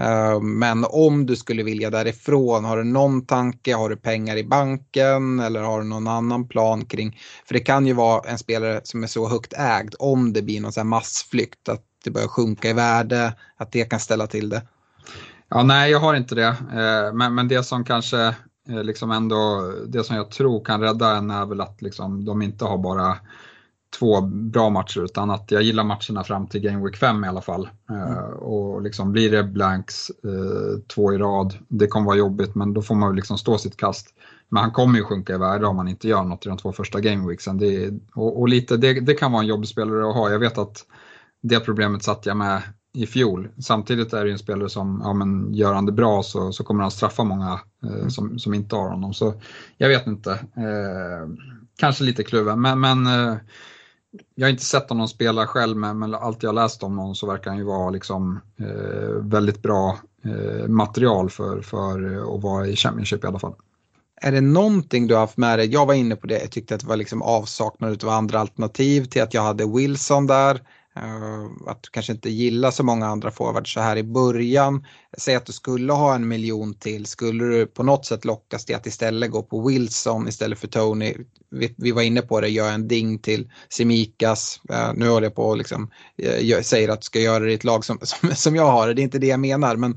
Men om du skulle vilja därifrån, har du någon tanke, har du pengar i banken eller har du någon annan plan kring, för det kan ju vara en spelare som är så högt ägd om det blir någon sån här massflykt att det börjar sjunka i värde, att det kan ställa till det. Ja, nej, jag har inte det. Men, men det som kanske liksom ändå, det som jag tror kan rädda en är väl att liksom, de inte har bara två bra matcher, utan att jag gillar matcherna fram till Game Week fem i alla fall. Mm. Och liksom blir det blanks eh, två i rad, det kommer vara jobbigt, men då får man ju liksom stå sitt kast. Men han kommer ju sjunka i värde om man inte gör något i de två första Game Weeksen. Det, och, och lite, det, det kan vara en jobbspelare att ha. Jag vet att det problemet satt jag med i fjol. Samtidigt är det ju en spelare som, ja men gör han det bra så, så kommer han straffa många eh, som, som inte har honom. Så jag vet inte. Eh, kanske lite kluven. Men, men eh, jag har inte sett honom spela själv, men, men allt jag läst om någon så verkar han ju vara liksom, eh, väldigt bra eh, material för, för att vara i Championship i alla fall. Är det någonting du har haft med dig? Jag var inne på det. Jag tyckte att det var liksom avsaknad av andra alternativ till att jag hade Wilson där. Uh, att du kanske inte gillar så många andra forwards så här i början. Säg att du skulle ha en miljon till. Skulle du på något sätt lockas till att istället gå på Wilson istället för Tony? Vi, vi var inne på det, gör en ding till Simikas. Uh, nu håller jag på och liksom, uh, jag säger att du ska göra det i ett lag som, som, som jag har. Det är inte det jag menar. Men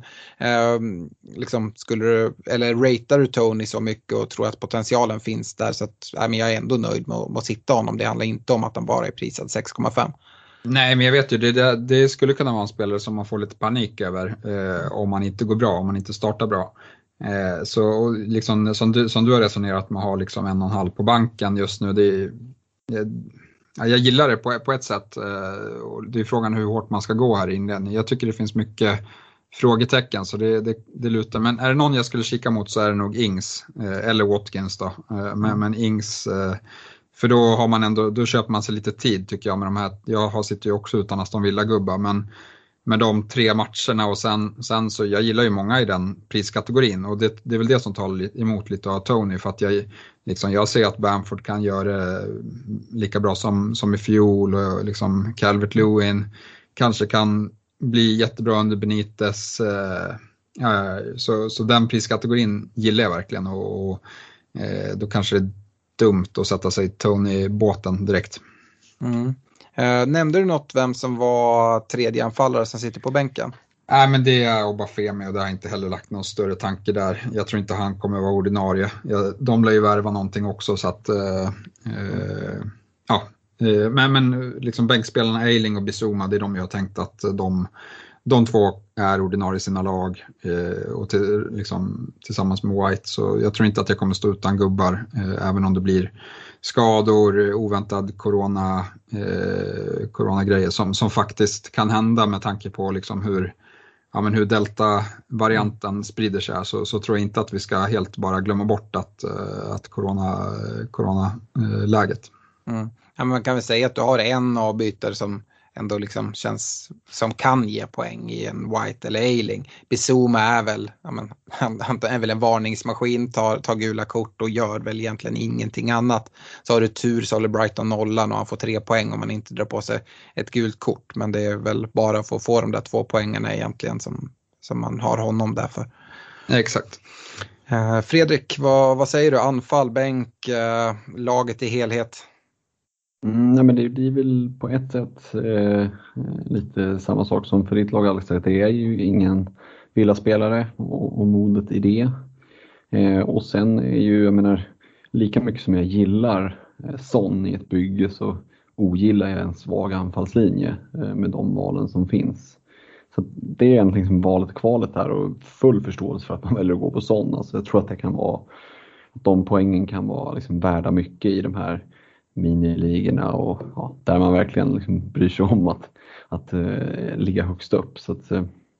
uh, liksom, skulle du, eller ratear du Tony så mycket och tror att potentialen finns där, så att uh, men jag är ändå nöjd med, med att sitta honom. Det handlar inte om att han bara är prisad sex komma fem. Nej, men jag vet ju, det, det, det skulle kunna vara en spelare som man får lite panik över eh, om man inte går bra, om man inte startar bra. Eh, så liksom, som, du, som du har resonerat med att ha liksom en och en halv på banken just nu, det, jag, jag gillar det på, på ett sätt. Eh, och det är frågan hur hårt man ska gå här i inledningen. Jag tycker det finns mycket frågetecken, så det, det, det lutar. Men är det någon jag skulle kika mot så är det nog Ings eh, eller Watkins då. Eh, men, men Ings... Eh, För då har man ändå, då köper man sig lite tid tycker jag med de här. Jag har sitter ju också utan Aston Villa-gubbar, men med de tre matcherna och sen, sen så, jag gillar ju många i den priskategorin och det, det är väl det som tar emot lite av Tony, för att jag, liksom, jag ser att Bamford kan göra det lika bra som, som i fjol, och liksom Calvert-Lewin kanske kan bli jättebra under Benitez, eh, ja, så, så den priskategorin gillar jag verkligen, och, och eh, då kanske det dumt att sätta sig Tony i båten direkt. Mm. Eh, nämnde du något vem som var tredje anfallare som sitter på bänken? Nej, men det är Obafemi och det har inte heller lagt någon större tanke där. Jag tror inte han kommer vara ordinarie. Jag, de lär ju värva någonting också, så att eh, eh, ja. Eh, men men liksom bänkspelarna Eiling och Bissouma, det är de jag har tänkt att de De två är ordinarie i sina lag eh, och till, liksom, tillsammans med White, så jag tror inte att jag kommer stå utan gubbar, eh, även om det blir skador, oväntad corona, eh, coronagrejer som, som faktiskt kan hända med tanke på liksom hur, ja, men hur delta-varianten sprider sig, så, så tror jag inte att vi ska helt bara glömma bort att, eh, att corona, corona-läget. Mm. Ja, man kan väl säga att du har en avbytare som ändå liksom känns som kan ge poäng i en White eller Eiling. Bissouma är väl, ja men, han, han är väl en varningsmaskin, tar, tar gula kort och gör väl egentligen ingenting annat. Så har du tur så håller Brighton nollan och han får tre poäng om man inte drar på sig ett gult kort. Men det är väl bara för att få de där två poängarna egentligen som, som man har honom därför. Ja, exakt. Eh, Fredrik, vad, vad säger du? Anfall, bänk, eh, laget i helhet? Mm, nej, men det blir väl på ett sätt eh, lite samma sak som för ditt lag, Alex. Det är ju ingen villaspelare och, och modet i det. Eh, och sen är ju, jag menar, lika mycket som jag gillar eh, Son i ett bygge, så ogillar jag en svag anfallslinje eh, med de valen som finns. Så det är egentligen som valet kvalet här, och full förståelse för att man väljer att gå på Son. Alltså jag tror att det kan vara, att de poängen kan vara liksom värda mycket i de här miniligorna, och ja, där man verkligen liksom bryr sig om att, att uh, ligga högst upp. Så att, uh,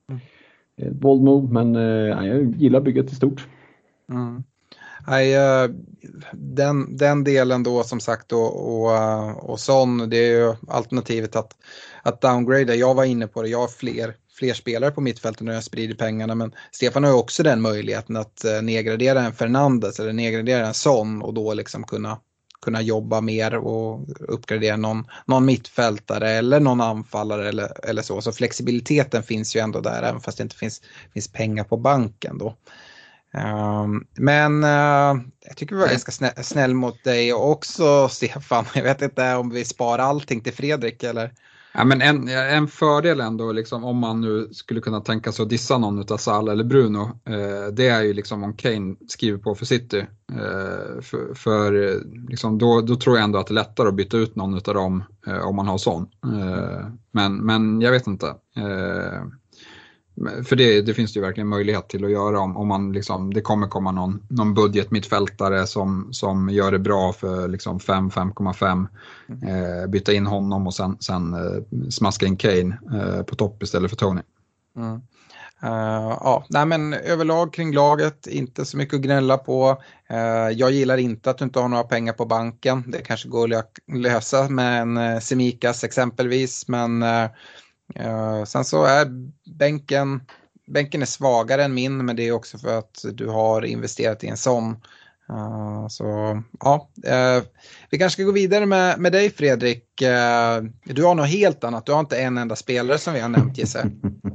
ett bold move, men uh, jag gillar bygget i stort. Mm. Nej, uh, den, den delen då som sagt och, och, uh, och sån, det är ju alternativet att, att downgrade. Jag var inne på det, jag har fler, fler spelare på mittfältet när jag sprider pengarna, men Stefan har ju också den möjligheten att uh, nedgradera en Fernandes eller nedgradera en sån och då liksom kunna kunna jobba mer och uppgradera någon, någon mittfältare eller någon anfallare eller, eller så. Så flexibiliteten finns ju ändå där, även fast det inte finns, finns pengar på banken då. Um, men uh, jag tycker vi var ganska snäll, snäll mot dig också, Stefan. Jag vet inte om vi sparar allting till Fredrik eller... Ja, men en, en fördel ändå, liksom, om man nu skulle kunna tänka sig att dissa någon utav Salah eller Bruno, eh, det är ju liksom om Kane skriver på för City. Eh, för för liksom, då, då tror jag ändå att det är lättare att byta ut någon utav dem eh, om man har sån. Eh, men, men jag vet inte. Eh, För det, det finns det ju verkligen möjlighet till att göra om, om man liksom, det kommer komma någon, någon budget mittfältare som, som gör det bra för liksom fem, fem komma fem, eh, byta in honom och sen, sen eh, smaska in Kane eh, på topp istället för Tony. Mm. Uh, ja, nej men överlag kring laget inte så mycket att gnälla på. Uh, jag gillar inte att du inte har några pengar på banken. Det kanske går att lösa med en uh, Semikas exempelvis, men uh, Uh, sen så är bänken, bänken är svagare än min, men det är också för att du har investerat i en sån. Uh, så ja, uh, vi kanske ska gå vidare med, med dig Fredrik. Uh, du har något helt annat, du har inte en enda spelare som vi har nämnt, gissar.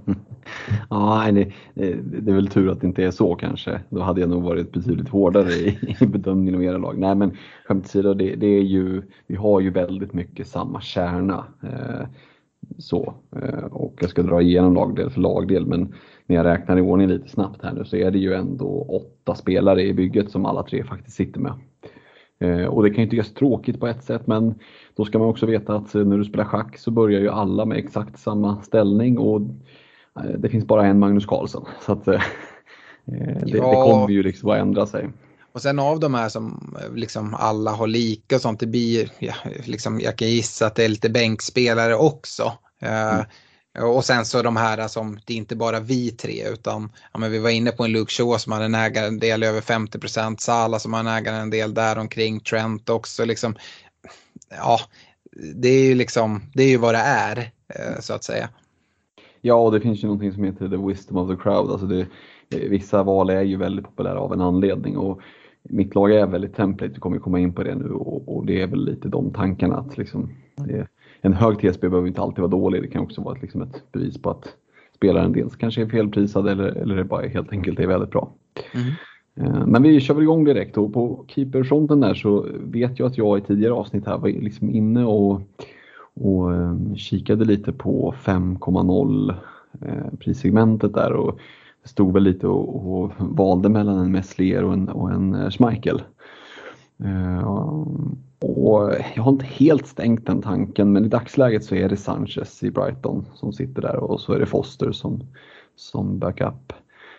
Ja, det, det är väl tur att det inte är så kanske. Då hade jag nog varit betydligt hårdare i, i bedömningen av era lag. Nej, men skämt åsido, det, det är ju, vi har ju väldigt mycket samma kärna. Uh, Så, och jag ska dra igenom lagdel för lagdel, men när jag räknar i ordning lite snabbt här nu så är det ju ändå åtta spelare i bygget som alla tre faktiskt sitter med. Och det kan ju tyckas tråkigt på ett sätt, men då ska man också veta att när du spelar schack så börjar ju alla med exakt samma ställning och det finns bara en Magnus Carlsen, så att det, ja. det kommer ju liksom att ändra sig. Och sen av de här som liksom alla har lika och sånt, det blir, ja, liksom, jag kan gissa att det är lite bänkspelare också. Mm. Uh, och sen så de här som, det är inte bara vi tre, utan ja, men vi var inne på en Luke Shaw som hade en ägarandel över femtio procent, Salah som har en ägarandel där omkring, Trent också. Liksom, ja, det är ju liksom, det är ju vad det är, uh, så att säga. Ja, och det finns ju någonting som heter the wisdom of the crowd. Alltså det, vissa val är ju väldigt populära av en anledning, och mitt lag är väldigt template, vi kommer komma in på det nu, och, och det är väl lite de tankarna att liksom, det, en hög T S B behöver inte alltid vara dålig, det kan också vara ett, liksom ett bevis på att spelaren dels kanske är felprisad eller, eller det bara helt enkelt är väldigt bra. Mm. Men vi kör väl igång direkt, och på keeperfronten där så vet jag att jag i tidigare avsnitt här var liksom inne och, och kikade lite på fem komma noll prissegmentet där, och stod väl lite och, och valde mellan en Meslier och en, och en Schmeichel. Uh, och jag har inte helt stängt den tanken, men i dagsläget så är det Sanchez i Brighton som sitter där, och så är det Foster som, som backup.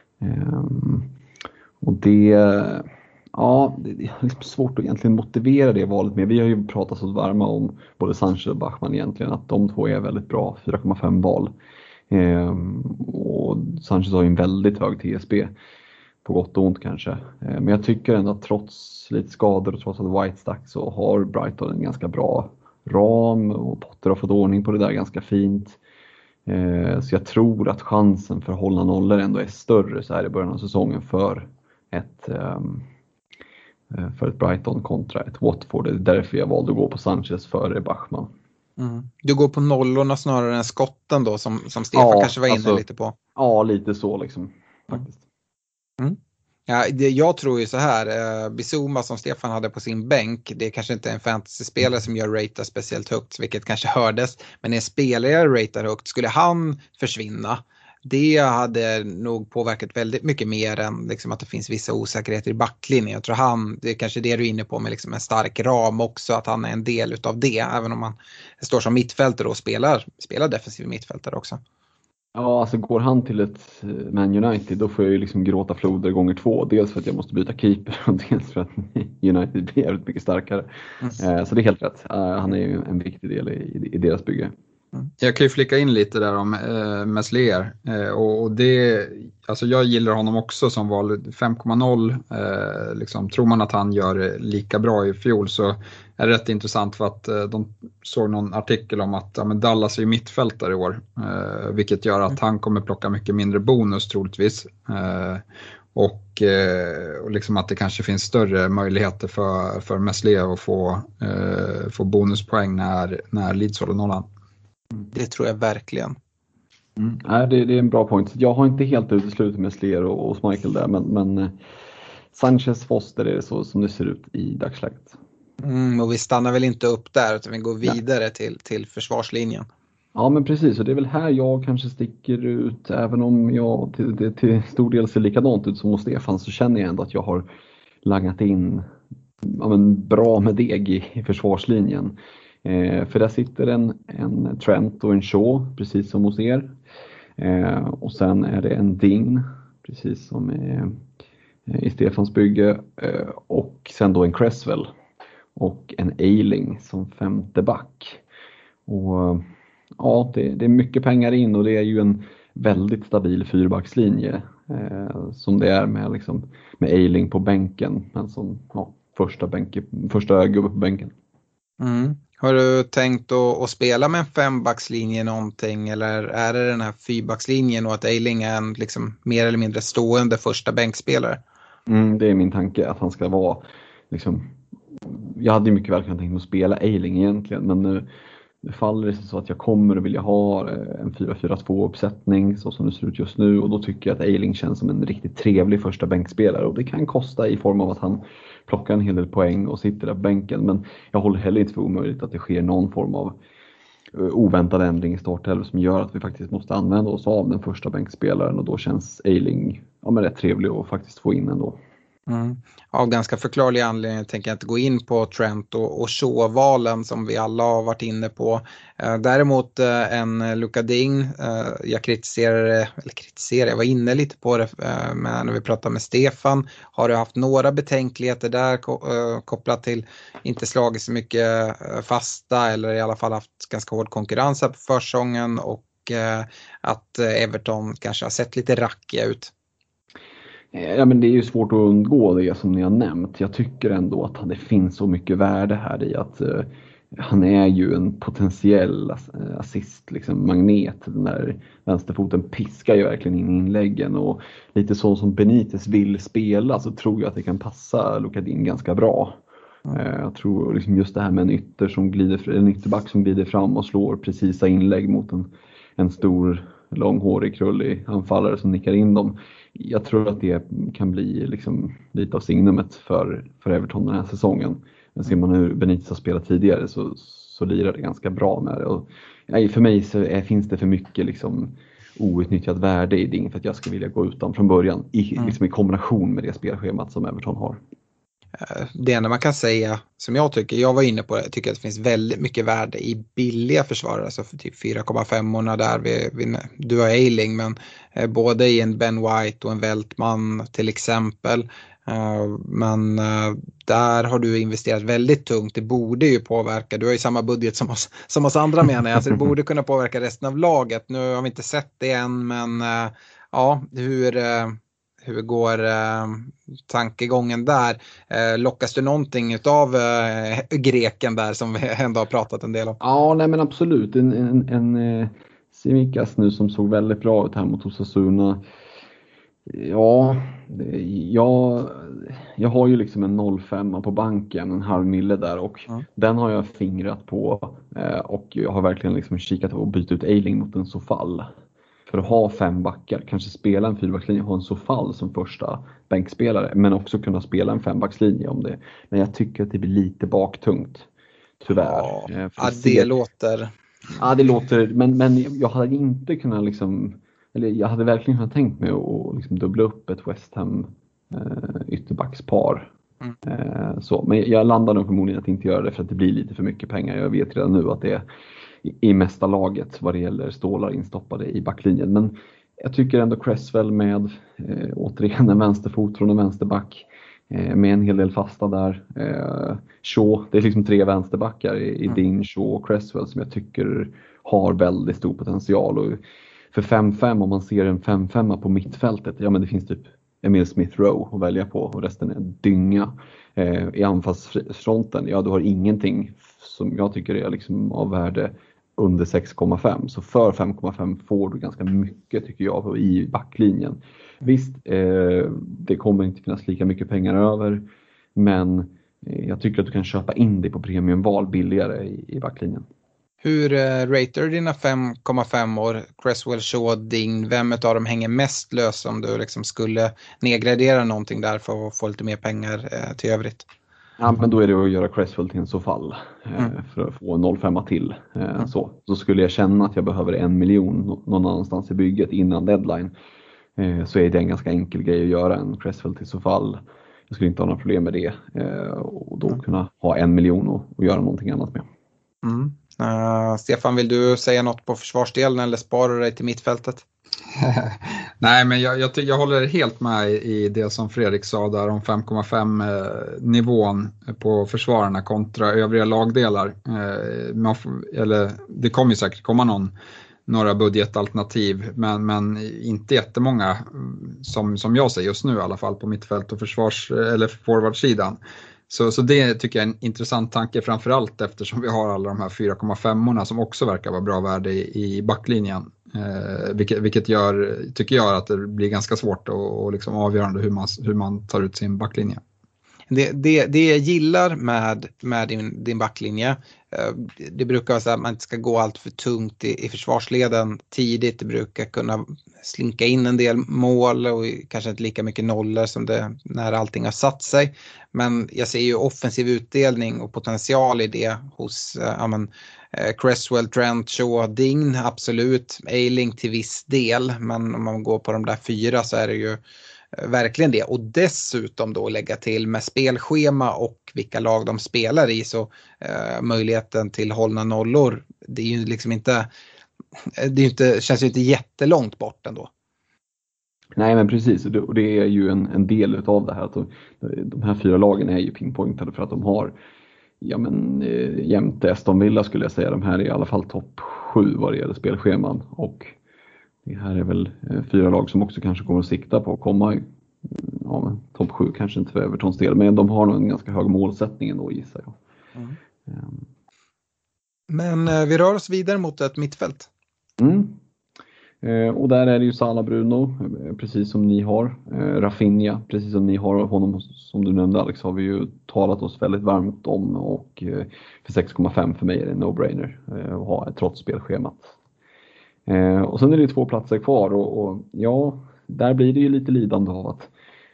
Um, och det, ja, det är liksom svårt att egentligen motivera det valet med. Vi har ju pratat så varma om både Sanchez och Bachmann egentligen, att de två är väldigt bra, fyra komma fem val. Um, och Sanchez har ju en väldigt hög T S B, på gott och ont kanske. Um, men jag tycker ändå att trots lite skador och trots att White stack så har Brighton en ganska bra ram, och Potter har fått ordning på det där ganska fint. Uh, så jag tror att chansen för att hålla nollor ändå är större så här i början av säsongen för ett, um, för ett Brighton kontra ett Watford. Det är därför jag valde att gå på Sanchez före Bachmann. Mm. Du går på nollorna snarare än skotten då, som, som Stefan ja, kanske var inne alltså, lite på. Ja, lite så liksom, faktiskt. Mm. Ja, det, jag tror ju så här, eh, Bissouma som Stefan hade på sin bänk, det är kanske inte en fantasy-spelare som gör ratea speciellt högt, vilket kanske hördes, men en spelare ratear högt, skulle han försvinna, det hade nog påverkat väldigt mycket mer än liksom, att det finns vissa osäkerheter i backlinjen. Jag tror han, det är kanske det du är inne på med liksom en stark ram också, att han är en del utav det, även om han står som mittfältare och spelar, spelar defensiv mittfältare också. Ja, alltså går han till ett Man United, då får jag ju liksom gråta floder gånger två. Dels för att jag måste byta keeper och dels för att United blir jävligt mycket starkare. Mm. Så det är helt rätt. Han är ju en viktig del i, i deras bygge. Mm. Jag kan ju flicka in lite där om eh, Meslier. Eh, och, och det, alltså jag gillar honom också som val fem komma noll. Eh, liksom, tror man att han gör lika bra i fjol så är det rätt intressant, för att eh, de såg någon artikel om att ja, men Dallas är ju mittfältare i år. Eh, vilket gör att han kommer plocka mycket mindre bonus troligtvis. Eh, Och, och liksom att det kanske finns större möjligheter för, för Meslier att få, eh, få bonuspoäng när, när Leeds håller nollan. Det tror jag verkligen. Mm. Nej, det, det är en bra point. Jag har inte helt uteslutit Meslier och, och Michael där, men, men Sanchez Foster är det så som det ser ut i dagsläget. Mm, och vi stannar väl inte upp där utan vi går vidare till, till försvarslinjen. Ja, men precis, och det är väl här jag kanske sticker ut, även om jag till, till, till stor del ser likadant ut som hos Stefan, så känner jag ändå att jag har langat in ja, men bra med deg i, i försvarslinjen. Eh, för där sitter en, en Trent och en Shaw, precis som hos er. Eh, och sen är det en Ding, precis som eh, i Stefans bygge. Eh, och sen då en Cresswell och en Ayling som femte back. Och ja, det, det är mycket pengar in och det är ju en väldigt stabil fyrbackslinje eh, som det är med, liksom, med Ayling på bänken, men som ja, första, bänk, första gubbe på bänken. Mm. Har du tänkt att, att spela med en fembackslinje någonting, eller är det den här fyrbackslinjen och att Ayling är en liksom mer eller mindre stående första bänkspelare? Mm, det är min tanke att han ska vara liksom, jag hade ju mycket väl kunnat tänka mig att spela Ayling egentligen, men nu det faller det sig så att jag kommer att vilja ha en fyra fyra två uppsättning så som det ser ut just nu, och då tycker jag att Ayling känns som en riktigt trevlig första bänkspelare, och det kan kosta i form av att han plockar en hel del poäng och sitter där på bänken, men jag håller heller inte för omöjligt att det sker någon form av oväntad ändring i startelvan som gör att vi faktiskt måste använda oss av den första bänkspelaren, och då känns Ayling ja, men rätt trevlig att faktiskt få in ändå. Mm. Av ganska förklarliga anledningar tänker jag inte gå in på Trent och, och Shaw-valen som vi alla har varit inne på. Eh, däremot eh, en Luka Ding, eh, jag kritiserar, eller kritiserar, jag var inne lite på det eh, med, när vi pratade med Stefan. Har du haft några betänkligheter där eh, kopplat till inte slagit så mycket eh, fasta, eller i alla fall haft ganska hård konkurrens här på försäsongen, och eh, att eh, Everton kanske har sett lite rackiga ut? Ja, men det är ju svårt att undgå det som ni har nämnt. Jag tycker ändå att det finns så mycket värde här i att uh, han är ju en potentiell assist, liksom magnet. Den där vänsterfoten piskar ju verkligen in i inläggen, och lite så som Benitez vill spela så tror jag att det kan passa Luka Ding ganska bra. Mm. Uh, jag tror liksom just det här med en ytter som glider, en ytterback som glider fram och slår precisa inlägg mot en, en stor långhårig krullig anfallare som nickar in dem. Jag tror att det kan bli liksom lite av signumet för, för Everton den här säsongen. Men ser man hur Benitez har spelat tidigare så, så lirar det ganska bra med det. Och, nej, för mig så är, finns det för mycket liksom outnyttjat värde i Ding för att jag ska vilja gå utan från början. I, mm. liksom i kombination med det spelschemat som Everton har. Det enda man kan säga, som jag tycker, jag var inne på det, jag tycker att det finns väldigt mycket värde i billiga försvarare, alltså för typ fyra komma fem-orna där vi, vi, du har Ayling, men eh, både i en Ben White och en Veltman till exempel, eh, men eh, där har du investerat väldigt tungt, det borde ju påverka, du har ju samma budget som oss, som oss andra menar jag, så det borde kunna påverka resten av laget. Nu har vi inte sett det än, men eh, ja, hur... Eh, Hur går eh, tankegången där? Eh, lockas du någonting av eh, greken där som vi ändå har pratat en del om? Ja, nej men absolut. En, en, en eh, Simikas nu som såg väldigt bra ut här mot Osasuna. Ja, jag, jag har ju liksom en noll fem på banken, en halv mille där, och mm. den har jag fingrat på eh, och jag har verkligen liksom kikat på att byta ut Ayling mot en Sofall. För att ha fem backar, kanske spela en fyrbackslinje och ha en Sofall som första bänkspelare. Men också kunna spela en fembackslinje om det. Men jag tycker att det blir lite baktungt. Tyvärr. Ja, ja det se... låter... Ja, det låter... Men, men jag hade inte kunnat liksom... Eller jag hade verkligen kunnat tänkt mig att liksom dubbla upp ett West Ham eh, ytterbackspar. Mm. Eh, så. Men jag landar nog förmodligen att inte göra det för att det blir lite för mycket pengar. Jag vet redan nu att det är i mesta laget vad det gäller stålar instoppade i backlinjen. Men jag tycker ändå Cresswell med eh, återigen en vänsterfot från en vänsterback eh, med en hel del fasta där. Eh, Shaw, det är liksom tre vänsterbackar i, i mm. Ding, Shaw och Cresswell som jag tycker har väldigt stor potential. Och för fem fem, om man ser en fem fem på mittfältet, ja men det finns typ Emil Smith Rowe att välja på och resten är dynga. Eh, I anfallsfronten, ja du har ingenting som jag tycker är liksom av värde under sex komma fem. Så för fem komma fem får du ganska mycket tycker jag i backlinjen. Visst, eh, det kommer inte finnas lika mycket pengar över, men eh, jag tycker att du kan köpa in det på premiumval billigare i, i backlinjen. Hur eh, ratear du dina fem komma fem år? Cresswell, Shaw, Dign, vem av dem hänger mest lös om du liksom skulle nedgradera någonting där för att få lite mer pengar eh, till övrigt? Ja, men då är det att göra Cresswell till en så fall eh, Mm. för att få noll komma fem till. Eh, Mm. så. så skulle jag känna att jag behöver en miljon någon annanstans i bygget innan deadline, eh, så är det en ganska enkel grej att göra en Cresswell till så fall. Jag skulle inte ha några problem med det eh, och då Mm. kunna ha en miljon och, och göra någonting annat med. Mm. Uh, Stefan, vill du säga något på försvarsdelen eller sparar du dig till mittfältet? Nej, men jag, jag, jag håller helt med i det som Fredrik sa där om fem komma fem eh, nivån på försvararna kontra övriga lagdelar. Eh, man får, eller, det kommer ju säkert komma någon, några budgetalternativ, men, men inte jättemånga som, som jag ser just nu i alla fall på mittfält och försvars eller forwardsidan. Så, så det tycker jag är en intressant tanke, framförallt eftersom vi har alla de här fyra komma fem-orna som också verkar vara bra värde i, i backlinjen. Eh, vilket, vilket gör, tycker jag, att det blir ganska svårt och, och liksom avgörande hur man, hur man tar ut sin backlinje. Det, det, det jag gillar med, med din, din backlinje, eh, det brukar vara så att man inte ska gå allt för tungt i, i försvarsleden tidigt. Det brukar kunna slinka in en del mål och kanske inte lika mycket nollor som det när allting har satt sig. Men jag ser ju offensiv utdelning och potential i det hos eh, ja, men, eh, Cresswell, Trent, Shaw, Dign, absolut. Ayling till viss del, men om man går på de där fyra så är det ju verkligen det. Och dessutom då lägga till med spelschema och vilka lag de spelar i, så eh, möjligheten till hållna nollor, det är ju liksom inte, det är inte, känns ju inte jättelångt bort ändå. Nej, men precis, och det, och det är ju en, en del utav det här att de, de här fyra lagen är ju pinpointade för att de har, ja men eh, jämte Aston Villa skulle jag säga, de här är i alla fall topp sju vad det gäller spelscheman, och det här är väl eh, fyra lag som också kanske kommer att sikta på att komma i ja, men topp sju, kanske inte för Evertons del, men de har nog en ganska hög målsättning ändå, gissar jag. Mm. Um. Men eh, vi rör oss vidare mot ett mittfält. Mm. Eh, och där är det ju Salah, Bruno, eh, precis som ni har. Eh, Rafinha, precis som ni har. Honom, som du nämnde Alex, har vi ju talat oss väldigt varmt om, och eh, för sex komma fem för mig är det en no-brainer eh, att ha ett trots spelschemat. Eh, och sen är det två platser kvar, och, och ja, där blir det ju lite lidande av att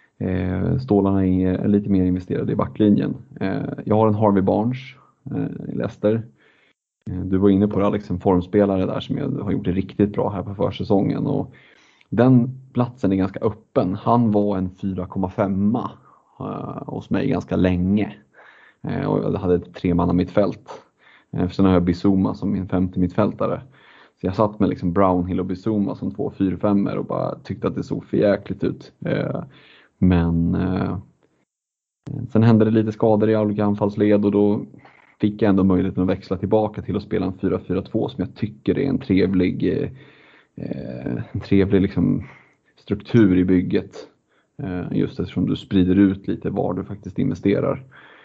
eh, stålarna är lite mer investerade i backlinjen. Eh, jag har en Harvey Barnes eh, i Leicester. Eh, du var inne på det, Alex, en formspelare där som jag har gjort det riktigt bra här på försäsongen, och den platsen är ganska öppen. Han var en fyra komma fem eh, hos mig ganska länge, eh, och jag hade ett tre manna mittfält. Eh, sen har jag Bissouma som min femte mittfältare. Så jag satt med liksom Brownhill och Bissouma som två fyra femmer och bara tyckte att det såg för jäkligt ut. Eh, men eh, sen hände det lite skador i olika anfallsled, och då fick jag ändå möjligheten att växla tillbaka till att spela en fyra fyra två som jag tycker är en trevlig, eh, en trevlig liksom struktur i bygget. Eh, just eftersom du sprider ut lite var du faktiskt investerar.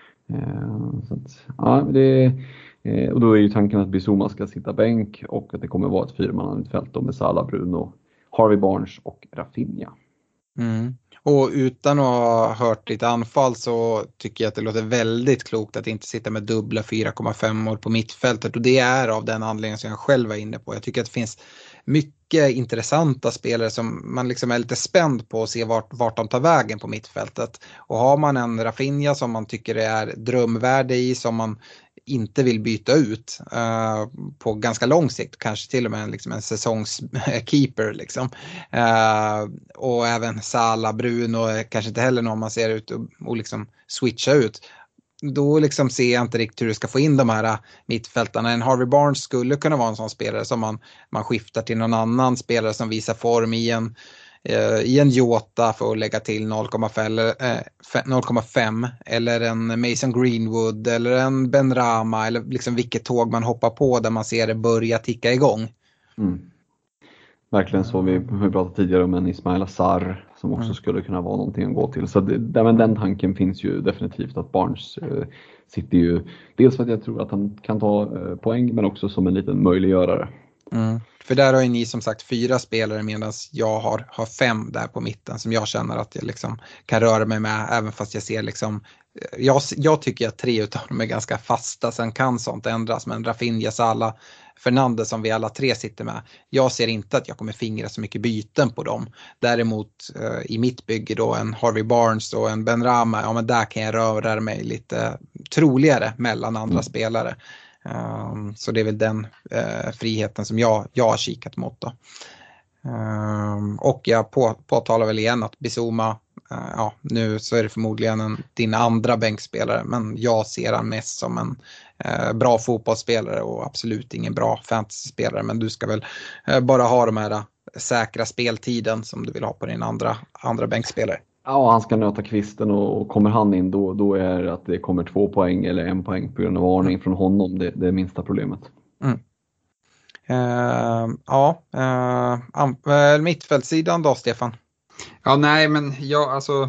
Eh, så att, ja, det Eh, och då är ju tanken att Bissouma ska sitta bänk, och att det kommer vara ett fyrmannamittfält med Salah, Bruno, Harvey Barnes och Rafinha. Mm. Och utan att ha hört ditt anfall så tycker jag att det låter väldigt klokt att inte sitta med dubbla fyra komma fem år på mittfältet, och det är av den anledningen som jag själv var inne på. Jag tycker att det finns mycket intressanta spelare som man liksom är lite spänd på att se vart, vart de tar vägen på mittfältet. Och har man en Rafinha som man tycker är drömvärde i, som man inte vill byta ut uh, på ganska lång sikt, kanske till och med en, liksom en säsongskeeper liksom. Uh, och även Salah, Bruno kanske inte heller någon man ser ut och, och liksom switcha ut. Då liksom ser jag inte riktigt hur du ska få in de här mittfältarna. En Harvey Barnes skulle kunna vara en sån spelare som man, man skiftar till någon annan spelare som visar form i en i en Jota för att lägga till noll komma fem, eller en Mason Greenwood eller en Benrahma, eller liksom vilket tåg man hoppar på där man ser det börja ticka igång. Mm. Verkligen så. Vi har pratat tidigare om en Ismail Assar som också Mm. skulle kunna vara någonting att gå till. Så det, men den tanken finns ju definitivt att Barnes eh, sitter ju, dels för att jag tror att han kan ta eh, poäng, men också som en liten möjliggörare. Mm. För där har ju ni som sagt fyra spelare medan jag har, har fem där på mitten som jag känner att jag liksom kan röra mig med, även fast jag ser liksom jag, jag tycker att tre utav dem är ganska fasta, sen kan sånt ändras, men Rafinha, Salah, Fernandes som vi alla tre sitter med, jag ser inte att jag kommer fingra så mycket byten på dem. Däremot eh, i mitt bygge då en Harvey Barnes och en Benrahma, ja men där kan jag röra mig lite troligare mellan andra mm. spelare. Um, så det är väl den uh, friheten som jag, jag har kikat mot då. Um, och jag på, påtalar väl igen att Bissouma, uh, ja nu så är det förmodligen en, din andra bänkspelare, men jag ser han mest som en uh, bra fotbollsspelare och absolut ingen bra fantasyspelare, men du ska väl uh, bara ha de här uh, säkra speltiden som du vill ha på din andra, andra bänkspelare. Ja, han ska nöta kvisten och, och kommer han in då, då är det att det kommer två poäng eller en poäng på grund av varning från honom. Det, det är minsta problemet. Mm. Uh, ja, uh, mittfältssidan då, Stefan? Ja, nej, men jag, alltså,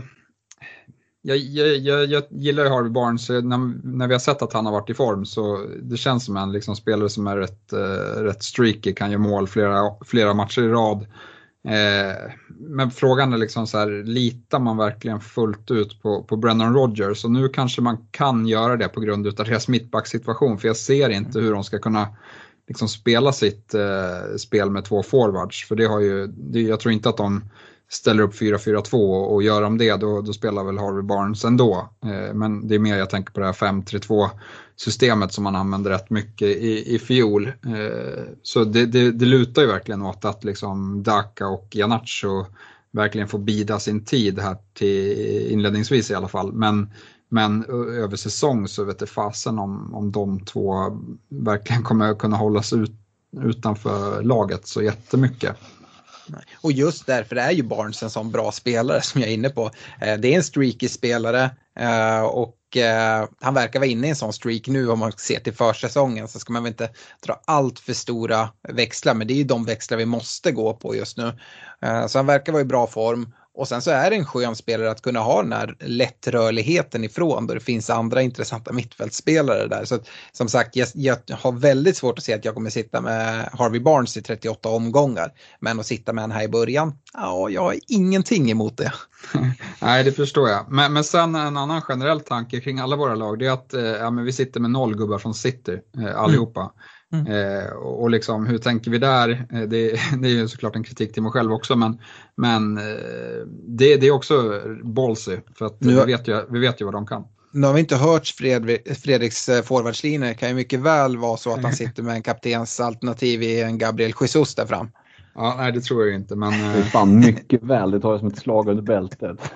jag, jag, jag, jag gillar ju Harvey Barnes. När, när vi har sett att han har varit i form så det känns som en liksom, spelare som är rätt, uh, rätt streaky, kan göra mål flera, flera matcher i rad. Eh, men frågan är liksom så här, litar man verkligen fullt ut på, på Brendan Rodgers? Och nu kanske man kan göra det på grund av deras mittbacksituation, för jag ser inte hur de ska kunna liksom spela sitt eh, spel med två forwards, för det har ju, det, jag tror inte att de ställer upp fyra fyra två och gör de det, då, då spelar väl Harvey Barnes ändå. Eh, men det är mer jag tänker på det här fem tre två systemet som man använder rätt mycket i, i fjol. Eh, så det, det, det lutar ju verkligen åt att liksom Daka och Iheanacho verkligen får bida sin tid här till inledningsvis i alla fall. Men, men över säsong så vet jag fasen om, om de två verkligen kommer kunna hållas ut, utanför laget så jättemycket. Och just därför är ju Barnes en sån bra spelare som jag är inne på. Det är en streaky spelare och han verkar vara inne i en sån streak nu. Om man ser till försäsongen så ska man väl inte dra allt för stora växlar, men det är ju de växlar vi måste gå på just nu. Så han verkar vara i bra form. Och sen så är det en skön spelare att kunna ha den här lättrörligheten ifrån då det finns andra intressanta mittfältspelare där. Så att, som sagt, jag, jag har väldigt svårt att se att jag kommer sitta med Harvey Barnes i trettioåtta omgångar. Men att sitta med han här i början, ja, jag har ingenting emot det. Nej, det förstår jag. Men, men sen en annan generell tanke kring alla våra lag, det är att eh, ja, men vi sitter med noll gubbar från City, eh, allihopa. Mm. Mm. Eh, och liksom, hur tänker vi där? Eh, det, det är ju såklart en kritik till mig själv också, men, men eh, det, det är också ballsy, för att nu, vi, vet ju, vi vet ju vad de kan. Nu har vi inte hört Fredrik, Fredriks forwardslinje. Det kan ju mycket väl vara så att han sitter med en kaptens alternativ i en Gabriel Jesus där fram. Ja, nej, det tror jag inte. Men, det är fan mycket väl, det tar jag som ett slag under bältet.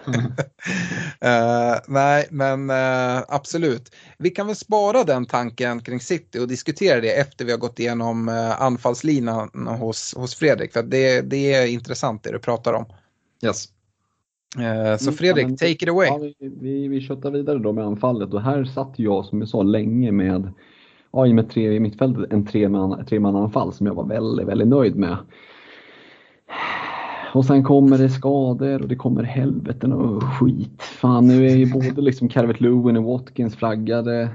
uh, nej, men uh, absolut. Vi kan väl spara den tanken kring City och diskutera det efter vi har gått igenom uh, anfallslinan hos, hos Fredrik. För det, det är intressant det du pratar om. Yes. Uh, så Fredrik, mm, take it away. Ja, vi, vi, vi köttar vidare då med anfallet. Och här satt jag, som jag sa, länge med, ja, i med tre i mittfältet, en treman, treman anfall som jag var väldigt, väldigt nöjd med. Och sen kommer det skador och det kommer helveten och skit. Fan, nu är ju både liksom Calvert-Lewin och Watkins flaggade.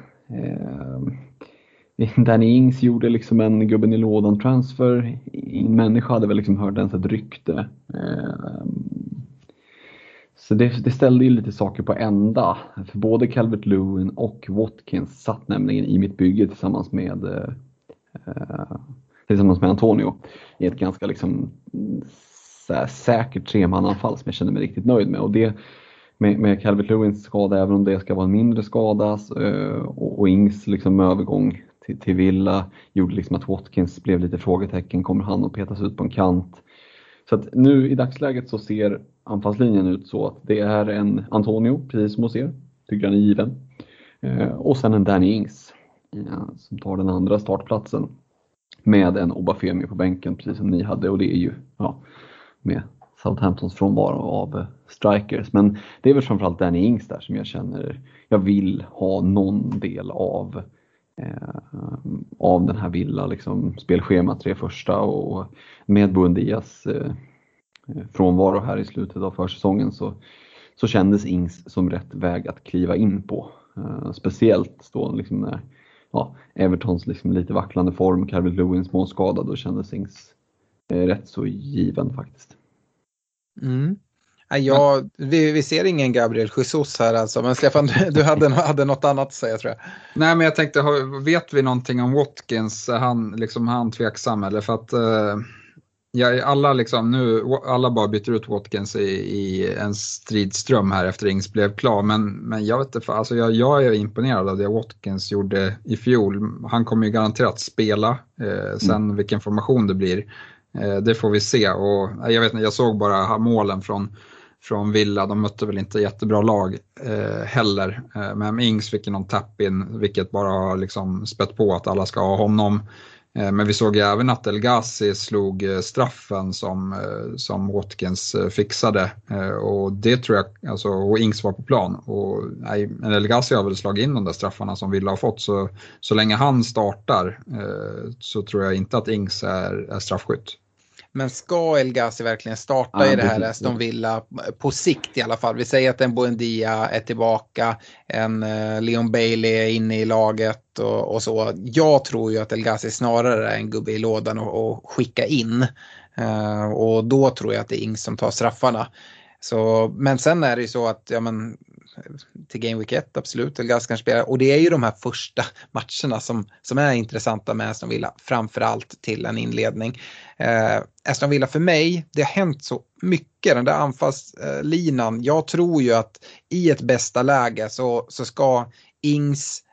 Eh, Danny Ings gjorde liksom en gubben i lådan transfer. Ingen människa hade väl liksom hört ens ett rykte. Eh, så det, det ställde ju lite saker på ända. För både Calvert-Lewin och Watkins satt nämligen i mitt bygge tillsammans med eh, tillsammans med Antonio i ett ganska liksom så här säkert tremananfall som jag känner mig riktigt nöjd med. Och det med, med Calvert-Lewins skada, även om det ska vara en mindre skada, och, och Ings liksom övergång till, till Villa gjorde liksom att Watkins blev lite frågetecken. Kommer han att petas ut på en kant? Så att nu i dagsläget så ser anfallslinjen ut så att det är en Antonio, precis som hos er, tycker han är given. Eh, och sen en Danny Ings ja, som tar den andra startplatsen med en Obafemi på bänken, precis som ni hade. Och det är ju ja, med Southamptons frånvaro av strikers. Men det är väl framförallt Danny Ings där som jag känner jag vill ha någon del av eh, av den här Villa liksom, spelschema tre första, och med Buendias eh, frånvaro här i slutet av försäsongen så, så kändes Ings som rätt väg att kliva in på. Eh, speciellt då liksom när ja, Evertons liksom lite vacklande form, Calvert-Lewin småskadad, och kändes Ings eh, rätt så given faktiskt. Mm. Ja, vi, vi ser ingen Gabriel Jesus här alltså, men Stefan, du, du hade, hade något annat att säga, tror jag. Nej, men jag tänkte, vet vi någonting om Watkins? Han, liksom, han tveksam, eller för att eh, ja, alla liksom nu, alla bara byter ut Watkins i, i en stridström här efter Ings blev klar, men, men jag vet inte, alltså jag, jag är imponerad av det Watkins gjorde i fjol. Han kommer ju garanterat spela, eh, sen mm. vilken formation det blir, eh, det får vi se. Och jag vet inte, jag såg bara målen från från Villa, de mötte väl inte jättebra lag eh, heller, eh, men Ings fick någon tap-in, vilket bara har liksom spett på att alla ska ha honom. Eh, men vi såg ju även att El Ghazi slog eh, straffen som, eh, som Watkins eh, fixade, eh, och det tror jag, alltså, och Ings var på plan, och nej, El Ghazi har väl slagit in de där straffarna som Villa har fått, så, så länge han startar eh, så tror jag inte att Ings är, är straffskytt. Men ska El Ghazi verkligen starta ja, i det här Aston Villa på sikt i alla fall? Vi säger att en Buendia är tillbaka, en uh, Leon Bailey är inne i laget och, och så. Jag tror ju att El Ghazi snarare är en gubbe i lådan och, och skicka in. Uh, och då tror jag att det är Ings som tar straffarna. Så, men sen är det ju så att ja, men, till Game Week ett absolut El Ghazi kan spela, och det är ju de här första matcherna som, som är intressanta med Aston Villa, framförallt till en inledning. eh, Aston Villa för mig, det har hänt så mycket, den där anfallslinan. Jag tror ju att i ett bästa läge så, så ska Ings,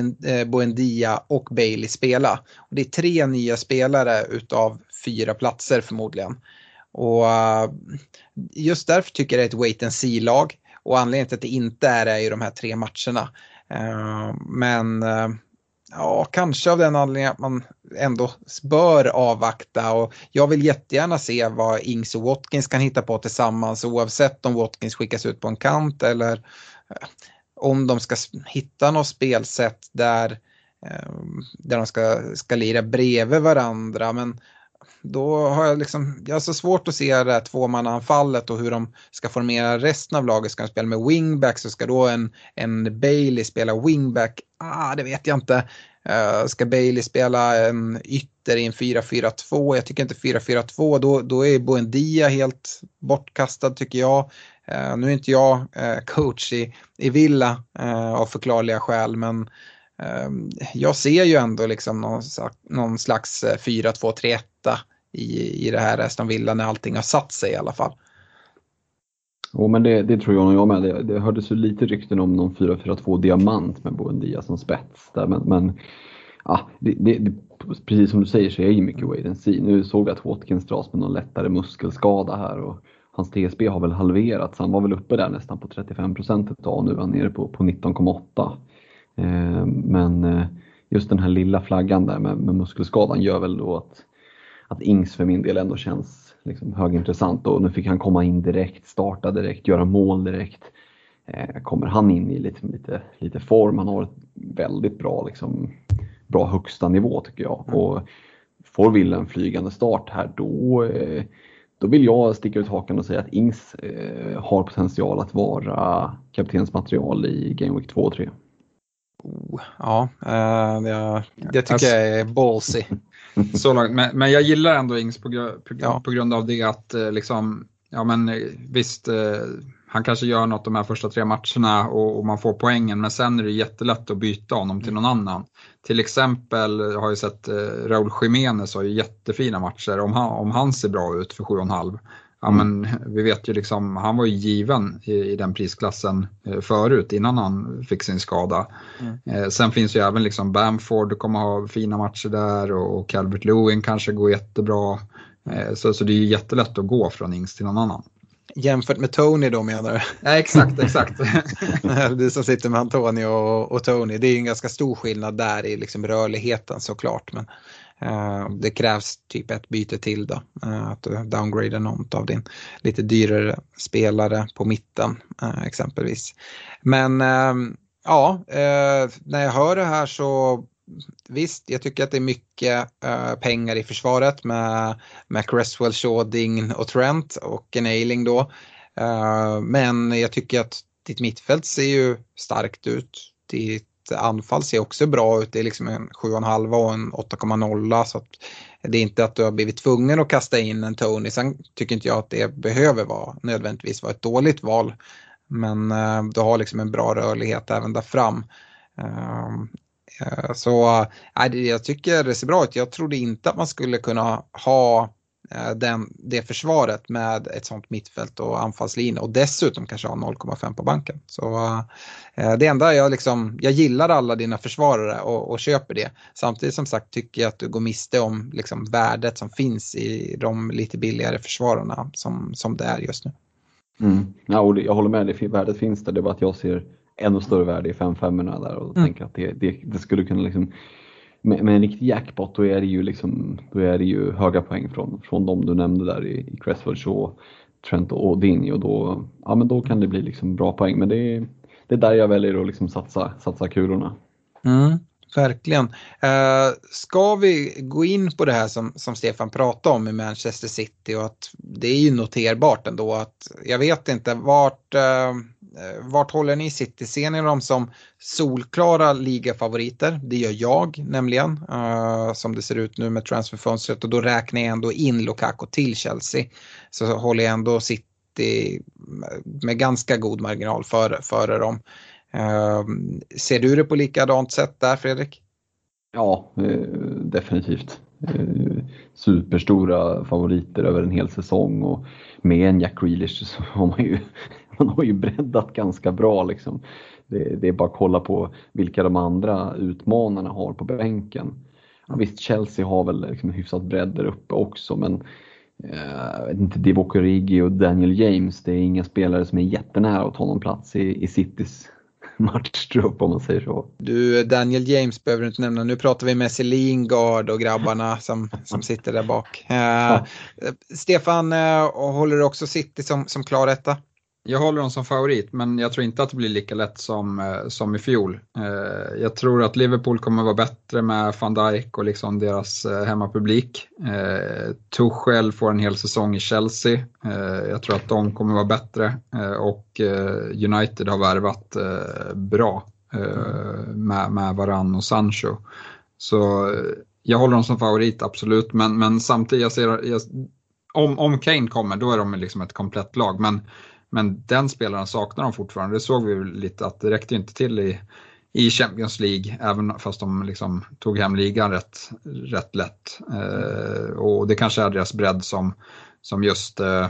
Buendia och Bailey spela, och det är tre nya spelare utav fyra platser förmodligen, och just därför tycker jag det är ett wait and see-lag. Och anledningen till att det inte är det är ju de här tre matcherna. Uh, men uh, ja, kanske av den anledningen att man ändå bör avvakta. Och jag vill jättegärna se vad Ings och Watkins kan hitta på tillsammans, oavsett om Watkins skickas ut på en kant eller uh, om de ska hitta något spelsätt där, uh, där de ska, ska lira bredvid varandra. Men då har jag liksom, jag har så svårt att se det här tvåmannaanfallet och hur de ska formera resten av laget. Ska de spela med wingback, så ska då en, en Bailey spela wingback? Ah, det vet jag inte. Uh, ska Bailey spela en ytter i en fyra fyra två? Jag tycker inte fyra fyra två, då, då är Buendia helt bortkastad tycker jag. Uh, nu är inte jag uh, coach i, i Villa uh, av förklarliga skäl, men jag ser ju ändå liksom någon, någon slags fyra två tre ett i, i det här Aston Villa när allting har satt sig i alla fall. Jo, men det, det tror jag nog jag med. Det, det hördes ju lite rykten om någon fyra fyra två diamant med Buendia som spets där, men, men ja, det, det, det, precis som du säger så är ju mycket wait and see. Nu såg jag att Watkins dras med någon lättare muskelskada här, och hans T S B har väl halverats. Han var väl uppe där nästan på trettiofem procent ett tag, nu är han nere på, på nitton komma åtta. Men just den här lilla flaggan där med, med muskelskadan gör väl då att, att Ings för min del ändå känns liksom högintressant, och nu fick han komma in direkt, starta direkt, göra mål direkt. Kommer han in i lite, lite, lite form, han har ett väldigt bra, liksom, bra högsta nivå tycker jag, och får Villa en flygande start här, då, då vill jag sticka ut hakan och säga att Ings har potential att vara kaptensmaterial i Game Week två och tre. Oh, ja, uh, det, det tycker alltså, jag är ballsy. Så långt, men, men jag gillar ändå Ings på, på, ja. på grund av det att liksom, ja men visst, uh, han kanske gör något de här första tre matcherna och, och man får poängen, men sen är det jättelätt att byta honom till någon annan. Till exempel har jag sett uh, Raúl Jiménez har ju jättefina matcher, om han, om han ser bra ut för sju komma fem. Ja, men vi vet ju liksom, han var ju given i, i den prisklassen eh, förut innan han fick sin skada. Mm. Eh, sen finns ju även liksom Bamford kommer ha fina matcher där, och, och Calvert-Lewin kanske går jättebra. Eh, så, så det är ju jättelätt att gå från Ings till någon annan. Jämfört med Tony då menar du? Ja, exakt, exakt. Du som sitter med Antonio och, och Tony, det är ju en ganska stor skillnad där i liksom rörligheten såklart, men Uh, det krävs typ ett byte till då, uh, att du downgrader någon av din lite dyrare spelare på mitten uh, exempelvis. Men uh, ja, uh, när jag hör det här så visst, jag tycker att det är mycket uh, pengar i försvaret med, med Cresswell, Shaw, Dign och Trent och en Ayling då. Uh, men jag tycker att ditt mittfält ser ju starkt ut. Ditt anfall ser också bra ut. Det är liksom en sju komma fem och en åtta komma noll, så att det är inte att du har blivit tvungen att kasta in en Tony. Sen tycker inte jag att det behöver vara nödvändigtvis vara ett dåligt val. Men uh, du har liksom en bra rörlighet även där fram. Uh, uh, så uh, jag tycker det ser bra ut. Jag trodde inte att man skulle kunna ha uh, den, det försvaret med ett sånt mittfält och anfallslinje. Och dessutom kanske ha noll komma fem på banken. Så uh, det enda jag liksom, jag gillar alla dina försvarare och, och köper det. Samtidigt som sagt tycker jag att du går miste om liksom värdet som finns i de lite billigare försvararna som, som det är just nu. Mm. Ja, och det, jag håller med, det värdet finns där. Det är bara att jag ser ännu större värde i fem femmorna där och mm. tänker att det, det, det skulle kunna liksom med, med en riktig jackpot, då är det ju liksom, då är det ju höga poäng från, från de du nämnde där i, i Cresswell, Shaw, Trent och Digny, och då, ja, men då kan det bli liksom bra poäng. Men det är, det är där jag väljer att liksom satsa, satsa kulorna. Mm. Verkligen. Uh, ska vi gå in på det här som, som Stefan pratade om i Manchester City, och att det är ju noterbart ändå att jag vet inte vart, uh, vart håller ni City? Ser ni dem som solklara ligafavoriter? Det gör jag nämligen, uh, som det ser ut nu med transferfönstret, och då räknar jag ändå in Lukaku till Chelsea, så håller jag ändå City med ganska god marginal före för dem. Uh, ser du det på likadant sätt där, Fredrik? Ja, eh, definitivt. Eh, superstora favoriter över en hel säsong, och med en Jack Grealish så har man ju, man har ju breddat ganska bra liksom. Det, det är bara att kolla på vilka de andra utmanarna har på bänken. Ja, visst, Chelsea har väl liksom hyfsat bredd där uppe också, men jag vet inte, Divock Origi och Daniel James, det är inga spelare som är jättenära att ta någon plats i, i Citys matchtrupp, om man säger så. Du, Daniel James behöver du inte nämna. Nu pratar vi med Lingard och grabbarna som, som sitter där bak. Uh, ja. Stefan, uh, håller du också City som, som klar etta? Jag håller dem som favorit, men jag tror inte att det blir lika lätt som, som i fjol. Eh, jag tror att Liverpool kommer vara bättre med Van Dijk och liksom deras eh, hemmapublik. Eh, Tuchel får en hel säsong i Chelsea. Eh, jag tror att de kommer vara bättre, eh, och eh, United har värvat eh, bra eh, med, med Varane och Sancho. Så eh, jag håller dem som favorit, absolut. Men, men samtidigt, jag ser, jag, om, om Kane kommer, då är de liksom ett komplett lag. Men Men den spelaren saknar de fortfarande. Det såg vi lite att det räckte inte till i, i Champions League. Även fast de liksom tog hem ligan rätt, rätt lätt. Eh, och det kanske är deras bredd som, som just eh,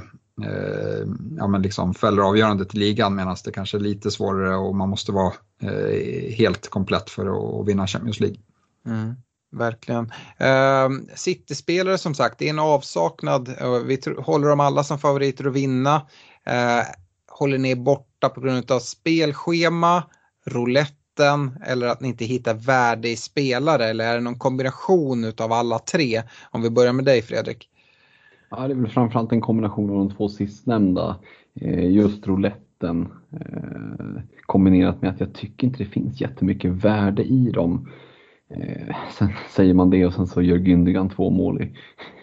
ja, men liksom fäller avgörandet i ligan. Medan det kanske är lite svårare och man måste vara eh, helt komplett för att, att vinna Champions League. Mm. Verkligen. Uh, City-spelare som sagt, det är en avsaknad. Uh, vi tr- håller dem alla som favoriter att vinna. Uh, håller ni borta på grund av spelschema, rouletten, eller att ni inte hittar värde i spelare, eller är det någon kombination av alla tre? Om vi börjar med dig, Fredrik. Ja, det är väl framförallt en kombination av de två sistnämnda. Uh, just rouletten uh, kombinerat med att jag tycker inte det finns jättemycket värde i dem. Eh, sen säger man det och sen så gör Gündogan två mål i,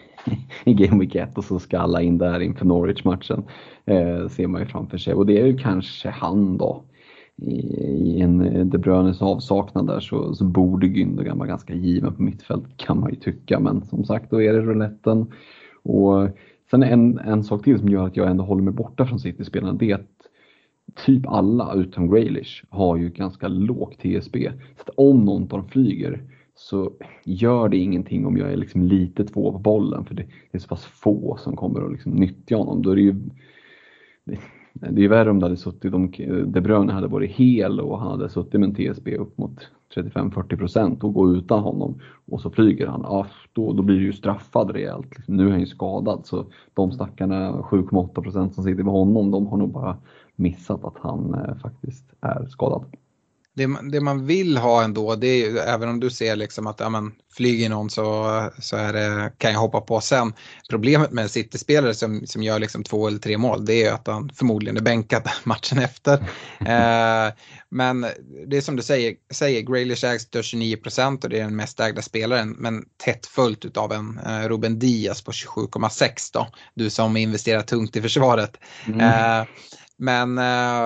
i Game Week ett och så ska alla in där inför Norwich-matchen, eh, ser man ju framför sig, och det är ju kanske han då i, i en De Bruynes avsaknad där, så, så borde Gündogan vara ganska given på mittfält, kan man ju tycka, men som sagt, då är det rouletten. Och sen en, en sak till som gör att jag ändå håller mig borta från City-spelarna, det är att typ alla utom Grealish har ju ganska lågt T S B. Så att om någon av dem flyger så gör det ingenting om jag är liksom lite två på bollen. För det är så pass få som kommer att liksom nyttja honom. Då är det ju det, det är ju värre om det hade suttit, om De Bruyne hade varit hel och han hade suttit med en T S B upp mot trettiofem till fyrtio procent och gå utan honom och så flyger han. Ja, då, då blir det ju straffad rejält. Liksom, nu är han ju skadad, så de stackarna sju komma åtta procent som sitter med honom, de har nog bara missat att han eh, faktiskt är skadad. Det, det man vill ha ändå, det är ju, även om du ser liksom att ja, men, flyger någon så, så är det, kan jag hoppa på sen. Problemet med en City-spelare som, som gör liksom två eller tre mål, det är ju att han förmodligen är bänkad matchen efter. eh, men det är som du säger, säger Grealish ägs tjugonio procent och det är den mest ägda spelaren, men tätt följt av en eh, Ruben Dias på tjugosju komma sex då. Du som investerar tungt i försvaret. Mm. Eh, men eh,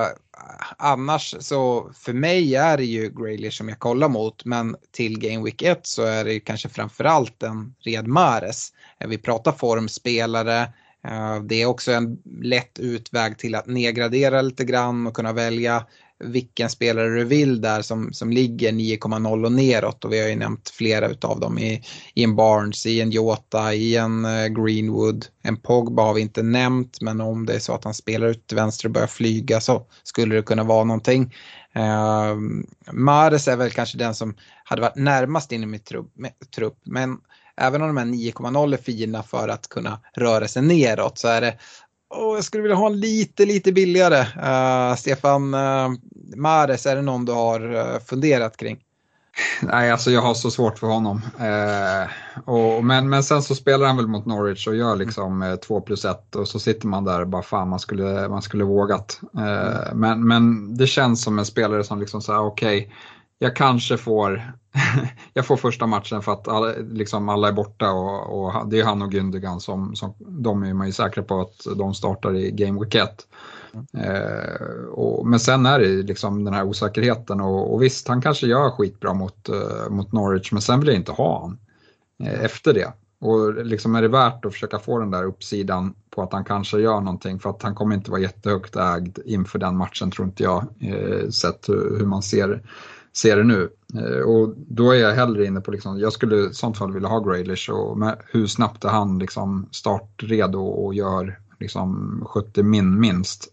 annars så för mig är det ju Grealish som jag kollar mot, men till Game Week ett så är det kanske framförallt en Riyad Mahrez. Vi pratar formspelare, det är också en lätt utväg till att nedgradera lite grann och kunna välja vilken spelare du vill där som, som ligger nio komma noll och neråt, och vi har ju nämnt flera utav dem i, i en Barnes, i en Jota, i en uh, Greenwood, en Pogba har vi inte nämnt, men om det är så att han spelar ut till vänster och börjar flyga så skulle det kunna vara någonting. Uh, Mahrez är väl kanske den som hade varit närmast in i mitt trupp, med, trupp men även om de här nio komma noll är fina för att kunna röra sig neråt så är det Oh, jag skulle vilja ha en lite, lite billigare. Uh, Stefan, uh, Mahrez, är det någon du har uh, funderat kring? Nej, alltså jag har så svårt för honom. Uh, och, men, men sen så spelar han väl mot Norwich och gör liksom uh, två plus ett och så sitter man där och bara fan, man skulle, man skulle vågat. Uh, mm. men, men det känns som en spelare som liksom säger okej, okay, jag kanske får jag får första matchen för att alla, liksom alla är borta och, och det är han och Gündogan som, som de är man ju säkra på att de startar i Game Week ett. Mm. Eh, och, men sen är det liksom den här osäkerheten och, och visst, han kanske gör skitbra mot, uh, mot Norwich, men sen vill jag inte ha han eh, efter det. Och liksom är det värt att försöka få den där uppsidan på att han kanske gör någonting, för att han kommer inte vara jättehögt ägd inför den matchen, tror inte jag, eh, sett hur, hur man ser ser det nu. Och då är jag hellre inne på liksom, jag skulle i sånt fall vilja ha Grealish och med hur snabbt är han liksom startredo och gör liksom sjuttio min minst.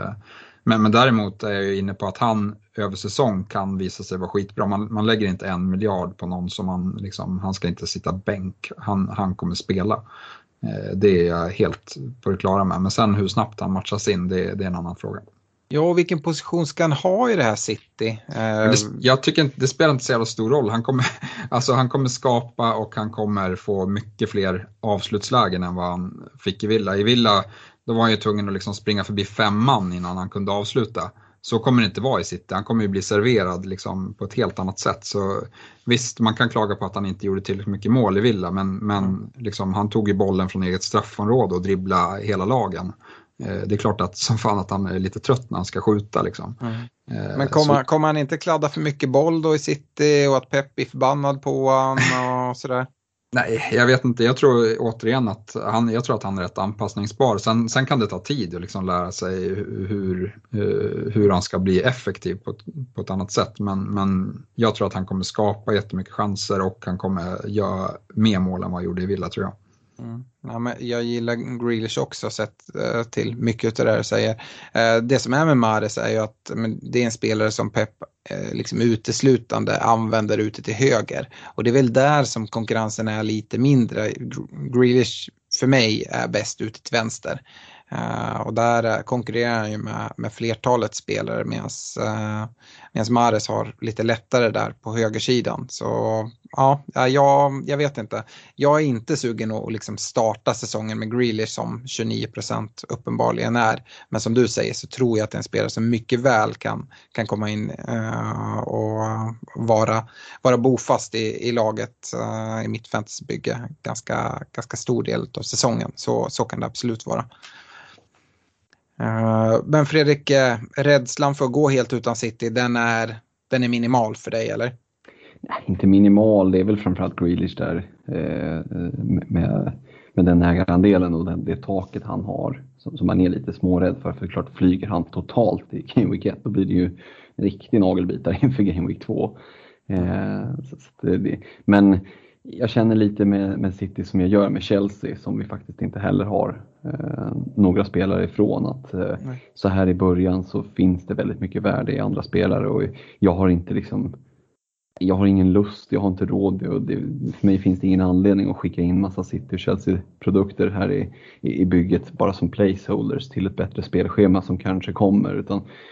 Men, men däremot är jag inne på att han över säsong kan visa sig vara skitbra. Man, man lägger inte en miljard på någon som man liksom, han ska inte sitta bänk. Han, han kommer spela. Det är jag helt på det klara med. Men sen hur snabbt han matchas in, det, det är en annan fråga. Ja, och vilken position ska han ha i det här City? Det, jag tycker inte, det spelar inte så jävla stor roll. Han kommer, alltså han kommer skapa och han kommer få mycket fler avslutslägen än vad han fick i Villa. I Villa, då var han ju tvungen att liksom springa förbi fem man innan han kunde avsluta. Så kommer det inte vara i City. Han kommer ju bli serverad liksom på ett helt annat sätt. Så visst, man kan klaga på att han inte gjorde tillräckligt mycket mål i Villa. Men, men liksom, han tog ju bollen från eget straffområde och dribbla hela lagen. Det är klart att som fan att han är lite trött när han ska skjuta liksom. Mm. Men kommer, så... kommer han inte kladda för mycket boll då i City och att Pep är förbannad på han och sådär? Nej, jag vet inte. Jag tror återigen att han, jag tror att han är rätt anpassningsbar. Sen, sen kan det ta tid att liksom lära sig hur, hur han ska bli effektiv på, på ett annat sätt. Men, men jag tror att han kommer skapa jättemycket chanser och han kommer göra mer mål än vad han gjorde i Villa, tror jag. Mm. Ja, men jag gillar Grealish också sett uh, till mycket av det där jag säger. Uh, det som är med Mahrez är ju att men, det är en spelare som Pep uh, liksom uteslutande använder ute till höger. Och det är väl där som konkurrensen är lite mindre. Grealish för mig är bäst ute till vänster. Uh, och där konkurrerar han ju med, med flertalet spelare medan uh, Mahrez har lite lättare där på högersidan. Så ja, jag, jag vet inte. Jag är inte sugen att liksom starta säsongen med Grealish som tjugonio procent uppenbarligen är. Men som du säger så tror jag att det är en spelare som mycket väl kan, kan komma in uh, och vara, vara bofast i, i laget uh, i mitt fantasybygge ganska, ganska stor del av säsongen. Så, så kan det absolut vara. Uh, men Fredrik, uh, rädslan för att gå helt utan City, den är, den är minimal för dig, eller? Nej, inte minimal, det är väl framförallt Grealish där eh, med, med den här andelen och den, det taket han har som, som man är lite smårädd för, för klart flyger han totalt i Game Week ett, då blir det ju en riktig nagelbitare inför Game Week två. Eh, så, så det, men jag känner lite med, med City som jag gör med Chelsea, som vi faktiskt inte heller har eh, några spelare ifrån. Att, eh, så här i början så finns det väldigt mycket värde i andra spelare och jag har inte liksom, jag har ingen lust, jag har inte råd och det, för mig finns det ingen anledning att skicka in massa City och Chelsea-produkter här i, i, i bygget bara som placeholders till ett bättre spelschema som kanske kommer, utan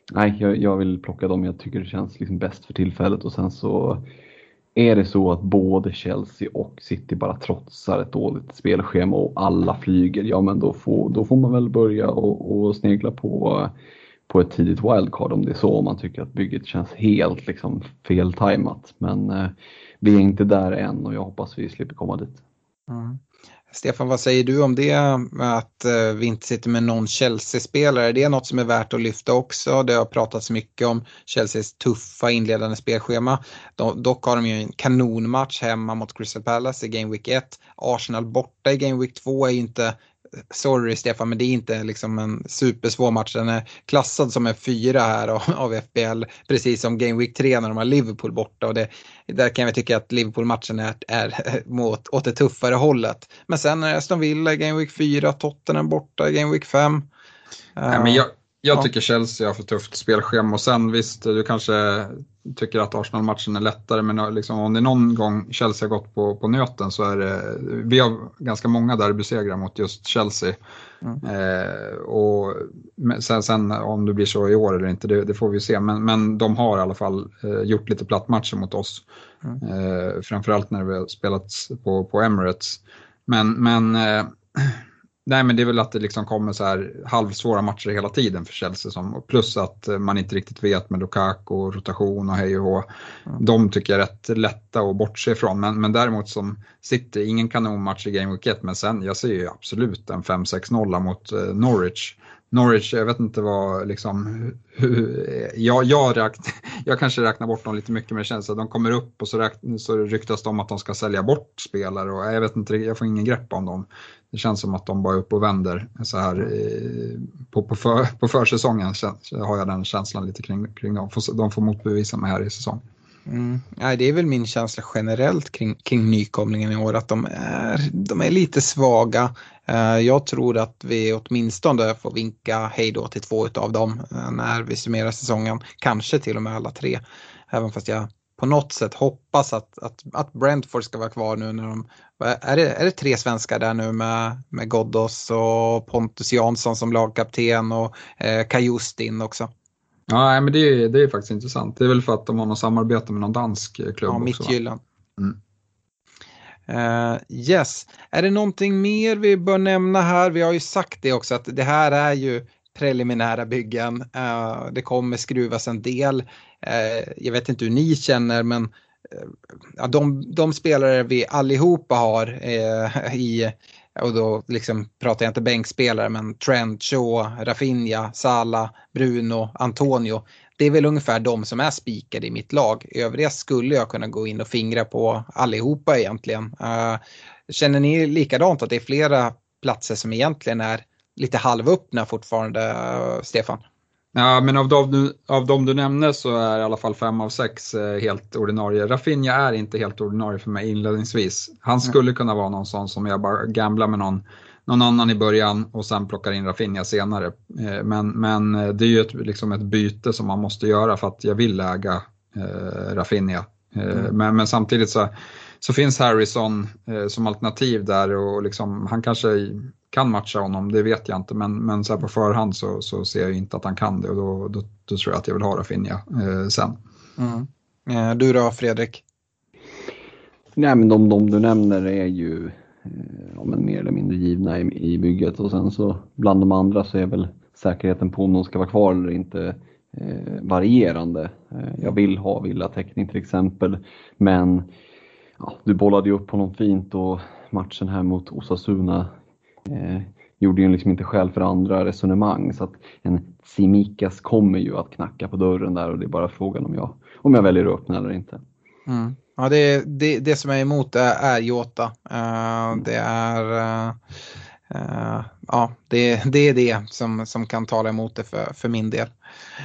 Nej, jag, jag vill plocka dem jag tycker det känns liksom bäst för tillfället, och sen så är det så att både Chelsea och City bara trotsar ett dåligt spelschema och alla flyger, ja men då får, då får man väl börja och, och snegla på, på ett tidigt wildcard om det är så, om man tycker att bygget känns helt liksom feltajmat. Men eh, vi är inte där än och jag hoppas vi slipper komma dit. Mm. Stefan, vad säger du om det, att uh, vi inte sitter med någon Chelsea-spelare? Det är något som är värt att lyfta också. Det har pratats mycket om Chelseas tuffa inledande spelschema. De, dock har de ju en kanonmatch hemma mot Crystal Palace i Game Week ett. Arsenal borta i Game Week två är ju inte, sorry Stefan, men det är inte liksom en supersvår match. Den är klassad som en fyra här av, av F B L, precis som Game Week tre när de har Liverpool borta. Och det, där kan vi tycka att Liverpool-matchen är, är mot, åt det tuffare hållet. Men sen är Aston Villa Game Week fyra, Tottenham borta Game Week fem. Nej, men jag, jag ja. tycker Chelsea har för tufft spelschema, och sen visst, du kanske tycker att Arsenal-matchen är lättare, men liksom, om det någon gång Chelsea har gått på, på nöten så är det, vi har ganska många derbysegrar mot just Chelsea. Mm. Eh, och sen, sen om det blir så i år eller inte, det, det får vi se, men, men de har i alla fall eh, gjort lite plattmatcher mot oss. Mm. Eh, framförallt när vi har spelat på, på Emirates. Men, men eh, nej, men det är väl att det liksom kommer så här halvsvåra matcher hela tiden för Chelsea, som, plus att man inte riktigt vet med Lukaku och rotation och hej och hå. Mm. De tycker jag är rätt lätta att bortse ifrån, men, men däremot som City, ingen kanonmatch i Game Week ett, men sen jag ser ju absolut en fem sex noll mot eh, Norwich. Norwich, jag vet inte vad liksom, hur, jag, jag, räkn, jag kanske räknar bort dem lite mycket, men det känns att de kommer upp och så, räkn, så ryktas de om att de ska sälja bort spelare, och jag vet inte, jag får ingen grepp om dem. Det känns som att de bara är upp och vänder så här på, på, för, på försäsongen, har jag den känslan lite kring, kring dem. De får motbevisa mig här i säsong. Mm. Nej, det är väl min känsla generellt kring, kring nykomlingen i år, att de är, de är lite svaga. Uh, jag tror att vi åtminstone får vinka hej då till två av dem uh, när vi summerar säsongen. Kanske till och med alla tre. Även fast jag på något sätt hoppas att, att, att Brentford ska vara kvar nu när de... Är det, är det tre svenskar där nu med, med Ghoddos och Pontus Jansson som lagkapten och uh, Kajustin också? Ja, men det är, det är faktiskt intressant. Det är väl för att de har något samarbete med någon dansk klubb ja, också. Ja, Midtjylland. Mm. Uh, yes. Är det någonting mer vi bör nämna här? Vi har ju sagt det också, att det här är ju preliminära byggen. Uh, det kommer skruvas en del. Uh, jag vet inte hur ni känner, men uh, de, de spelare vi allihopa har uh, i, och då liksom pratar jag inte bänkspelare, men Trent, Shaw, Rafinha, Salah, Bruno, Antonio. Det är väl ungefär de som är spikade i mitt lag. Övriga skulle jag kunna gå in och fingra på allihopa egentligen. Uh, känner ni likadant att det är flera platser som egentligen är lite halvöppna fortfarande, uh, Stefan? Ja, men av de, av de du nämner så är i alla fall fem av sex helt ordinarie. Rafinha är inte helt ordinarie för mig inledningsvis. Han skulle mm. kunna vara någon sån som jag bara gamblar med någon, någon annan i början och sen plockar in Rafinha senare. Men, men det är ju ett, liksom ett byte som man måste göra för att jag vill äga eh, Rafinha. Mm. Men, men samtidigt så, så finns Harrison eh, som alternativ där, och liksom, han kanske kan matcha honom, det vet jag inte, men, men så här på förhand så, så ser jag inte att han kan det, och då, då, då tror jag att jag vill ha Rafinha eh, sen. Mm. Eh, du då, Fredrik? Nej, men de, de du nämner är ju eh, ja, men mer eller mindre givna i, i bygget, och sen så bland de andra så är väl säkerheten på om de ska vara kvar eller inte eh, varierande. Eh, jag vill ha villatäckning till exempel, men ja, du bollade ju upp på något fint, och matchen här mot Osasuna Eh, gjorde ju liksom inte skäl för andra resonemang, så att en Tsimikas kommer ju att knacka på dörren där, och det är bara frågan om jag, om jag väljer att öppna eller inte. Mm. Ja, det, det, det som är emot är, är Jota. Uh, det är uh, uh, ja, det, det är det som, som kan tala emot det för, för min del.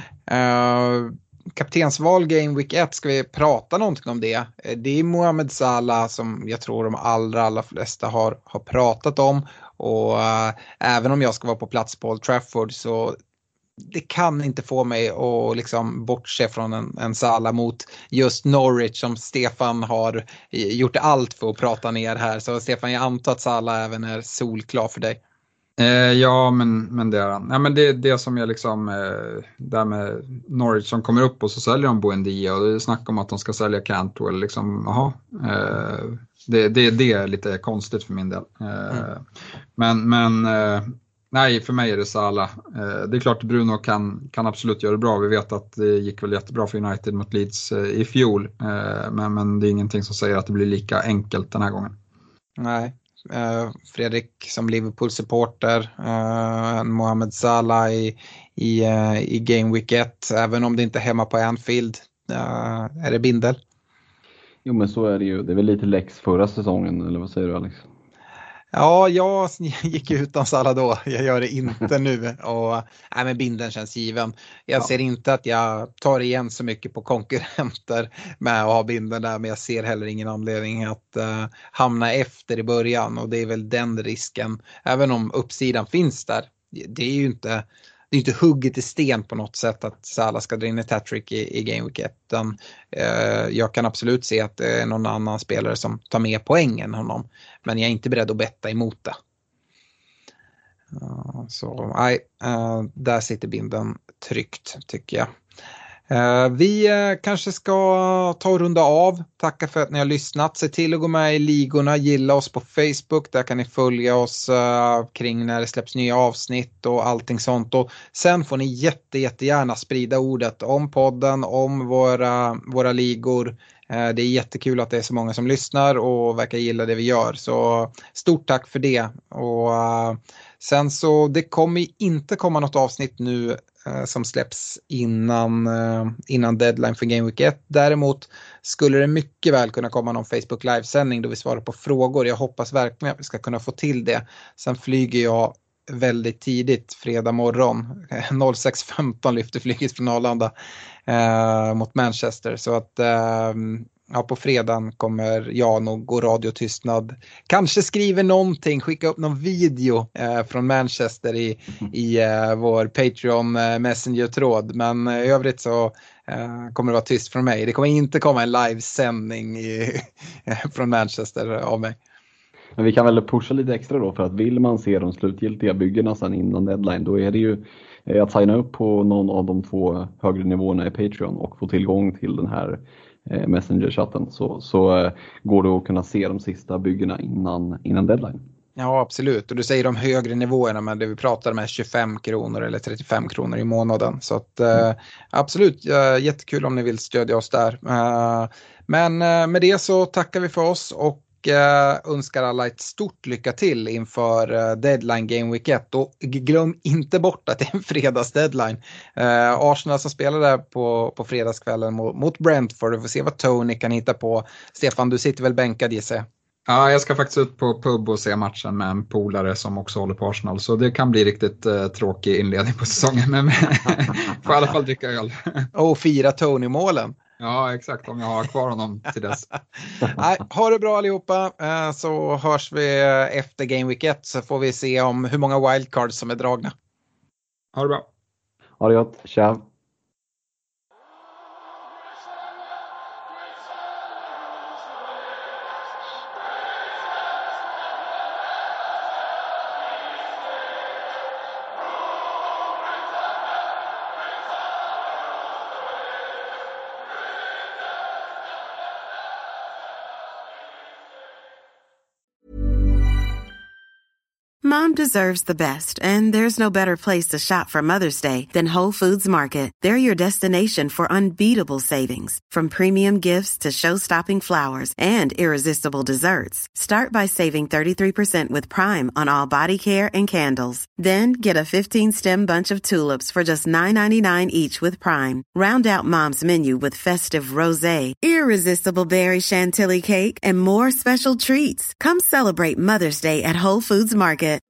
Uh, Kaptensval Game Week ett, ska vi prata någonting om det? Det är Mohamed Salah som jag tror de allra, allra flesta har, har pratat om. Och uh, även om jag ska vara på plats på Old Trafford, så det kan inte få mig att liksom bortse från en, en Salah mot just Norwich, som Stefan har gjort allt för att prata ner här. Så Stefan, jag antar att Salah även är solklar för dig. Eh, ja, men, men det är han. Ja, men det är det som jag liksom, eh, där med Norwich som kommer upp och så säljer de Buendia och det är snack om att de ska sälja Cantwell. Liksom, aha, eh, det, det, det är lite konstigt för min del. Eh, mm. Men, men eh, nej, för mig är det Salah. Eh, det är klart att Bruno kan, kan absolut göra det bra. Vi vet att det gick väl jättebra för United mot Leeds eh, i fjol. Eh, men, men det är ingenting som säger att det blir lika enkelt den här gången. Nej. Uh, Fredrik som Liverpool-supporter, uh, Mohamed Salah i, i, uh, i Game Week ett, även om det inte är hemma på Anfield, uh, är det bindel? Jo, men så är det ju. Det är väl lite läx förra säsongen, eller vad säger du, Alex? Ja, jag gick utan Salah då. Jag gör det inte nu. Och, nej, men binden känns given. Jag ja. ser inte att jag tar igen så mycket på konkurrenter med att ha binden där. Men jag ser heller ingen anledning att uh, hamna efter i början. Och det är väl den risken. Även om uppsidan finns där. Det är ju inte... Det är inte hugget i sten på något sätt att Salah ska dra in ett hattrick i, i Game Week ett. Utan, eh, jag kan absolut se att det är någon annan spelare som tar med poängen honom. Men jag är inte beredd att betta emot det. Uh, så nej, uh, där sitter binden tryggt tycker jag. Uh, vi uh, kanske ska ta och runda av. Tacka för att ni har lyssnat. Se till att gå med i ligorna. Gilla oss på Facebook. Där kan ni följa oss uh, kring när det släpps nya avsnitt och allting sånt. Och sen får ni jätte, jättegärna sprida ordet om podden, om våra, våra ligor. Uh, det är jättekul att det är så många som lyssnar och verkar gilla det vi gör. Så stort tack för det. Och uh, sen så det kommer inte komma något avsnitt nu som släpps innan, innan deadline för Game Week ett. Däremot skulle det mycket väl kunna komma någon Facebook livesändning då vi svarar på frågor. Jag hoppas verkligen att vi ska kunna få till det. Sen flyger jag väldigt tidigt fredag morgon. sex femton lyfter flyget från Arlanda eh, mot Manchester. Så att eh, ja, på fredagen kommer jag nog gå radiotystnad. Kanske skriver någonting, skicka upp någon video eh, från Manchester i, i eh, vår Patreon eh, Messenger-tråd. Men eh, i övrigt så eh, kommer det vara tyst från mig. Det kommer inte komma en livesändning i, från Manchester av mig. Men vi kan väl pusha lite extra då, för att vill man se de slutgiltiga byggena sen innan deadline, då är det ju att signa upp på någon av de två högre nivåerna i Patreon och få tillgång till den här Messenger-chatten, så, så går det att kunna se de sista byggena innan, innan deadline. Ja, absolut. Och du säger de högre nivåerna, men det vi pratar om är tjugofem kronor eller trettiofem kronor i månaden. Så att, mm. eh, absolut, eh, jättekul om ni vill stödja oss där. Eh, men eh, med det så tackar vi för oss och och önskar alla ett stort lycka till inför deadline Game Week ett. Och glöm inte bort att det är en fredags deadline. Uh, Arsenal som spelar där på, på fredagskvällen mot, mot Brentford. Vi får se vad Tony kan hitta på. Stefan, du sitter väl bänkad, gissar jag? Ja, jag ska faktiskt ut på pub och se matchen med en polare som också håller på Arsenal. Så det kan bli riktigt uh, tråkig inledning på säsongen. Men får i alla fall dricka öl. Och fira Tony-målen. Ja, exakt, om jag har kvar honom till dess. Nej, ha det bra allihopa, så hörs vi efter Game Week ett så får vi se om hur många wildcards som är dragna. Ha det bra. Ha det gott, tja. Mom deserves the best, and there's no better place to shop for Mother's Day than Whole Foods Market. They're your destination for unbeatable savings, from premium gifts to show-stopping flowers and irresistible desserts. Start by saving thirty-three percent with Prime on all body care and candles. Then get a fifteen-stem bunch of tulips for just nine ninety-nine each with Prime. Round out Mom's menu with festive rosé, irresistible berry chantilly cake, and more special treats. Come celebrate Mother's Day at Whole Foods Market.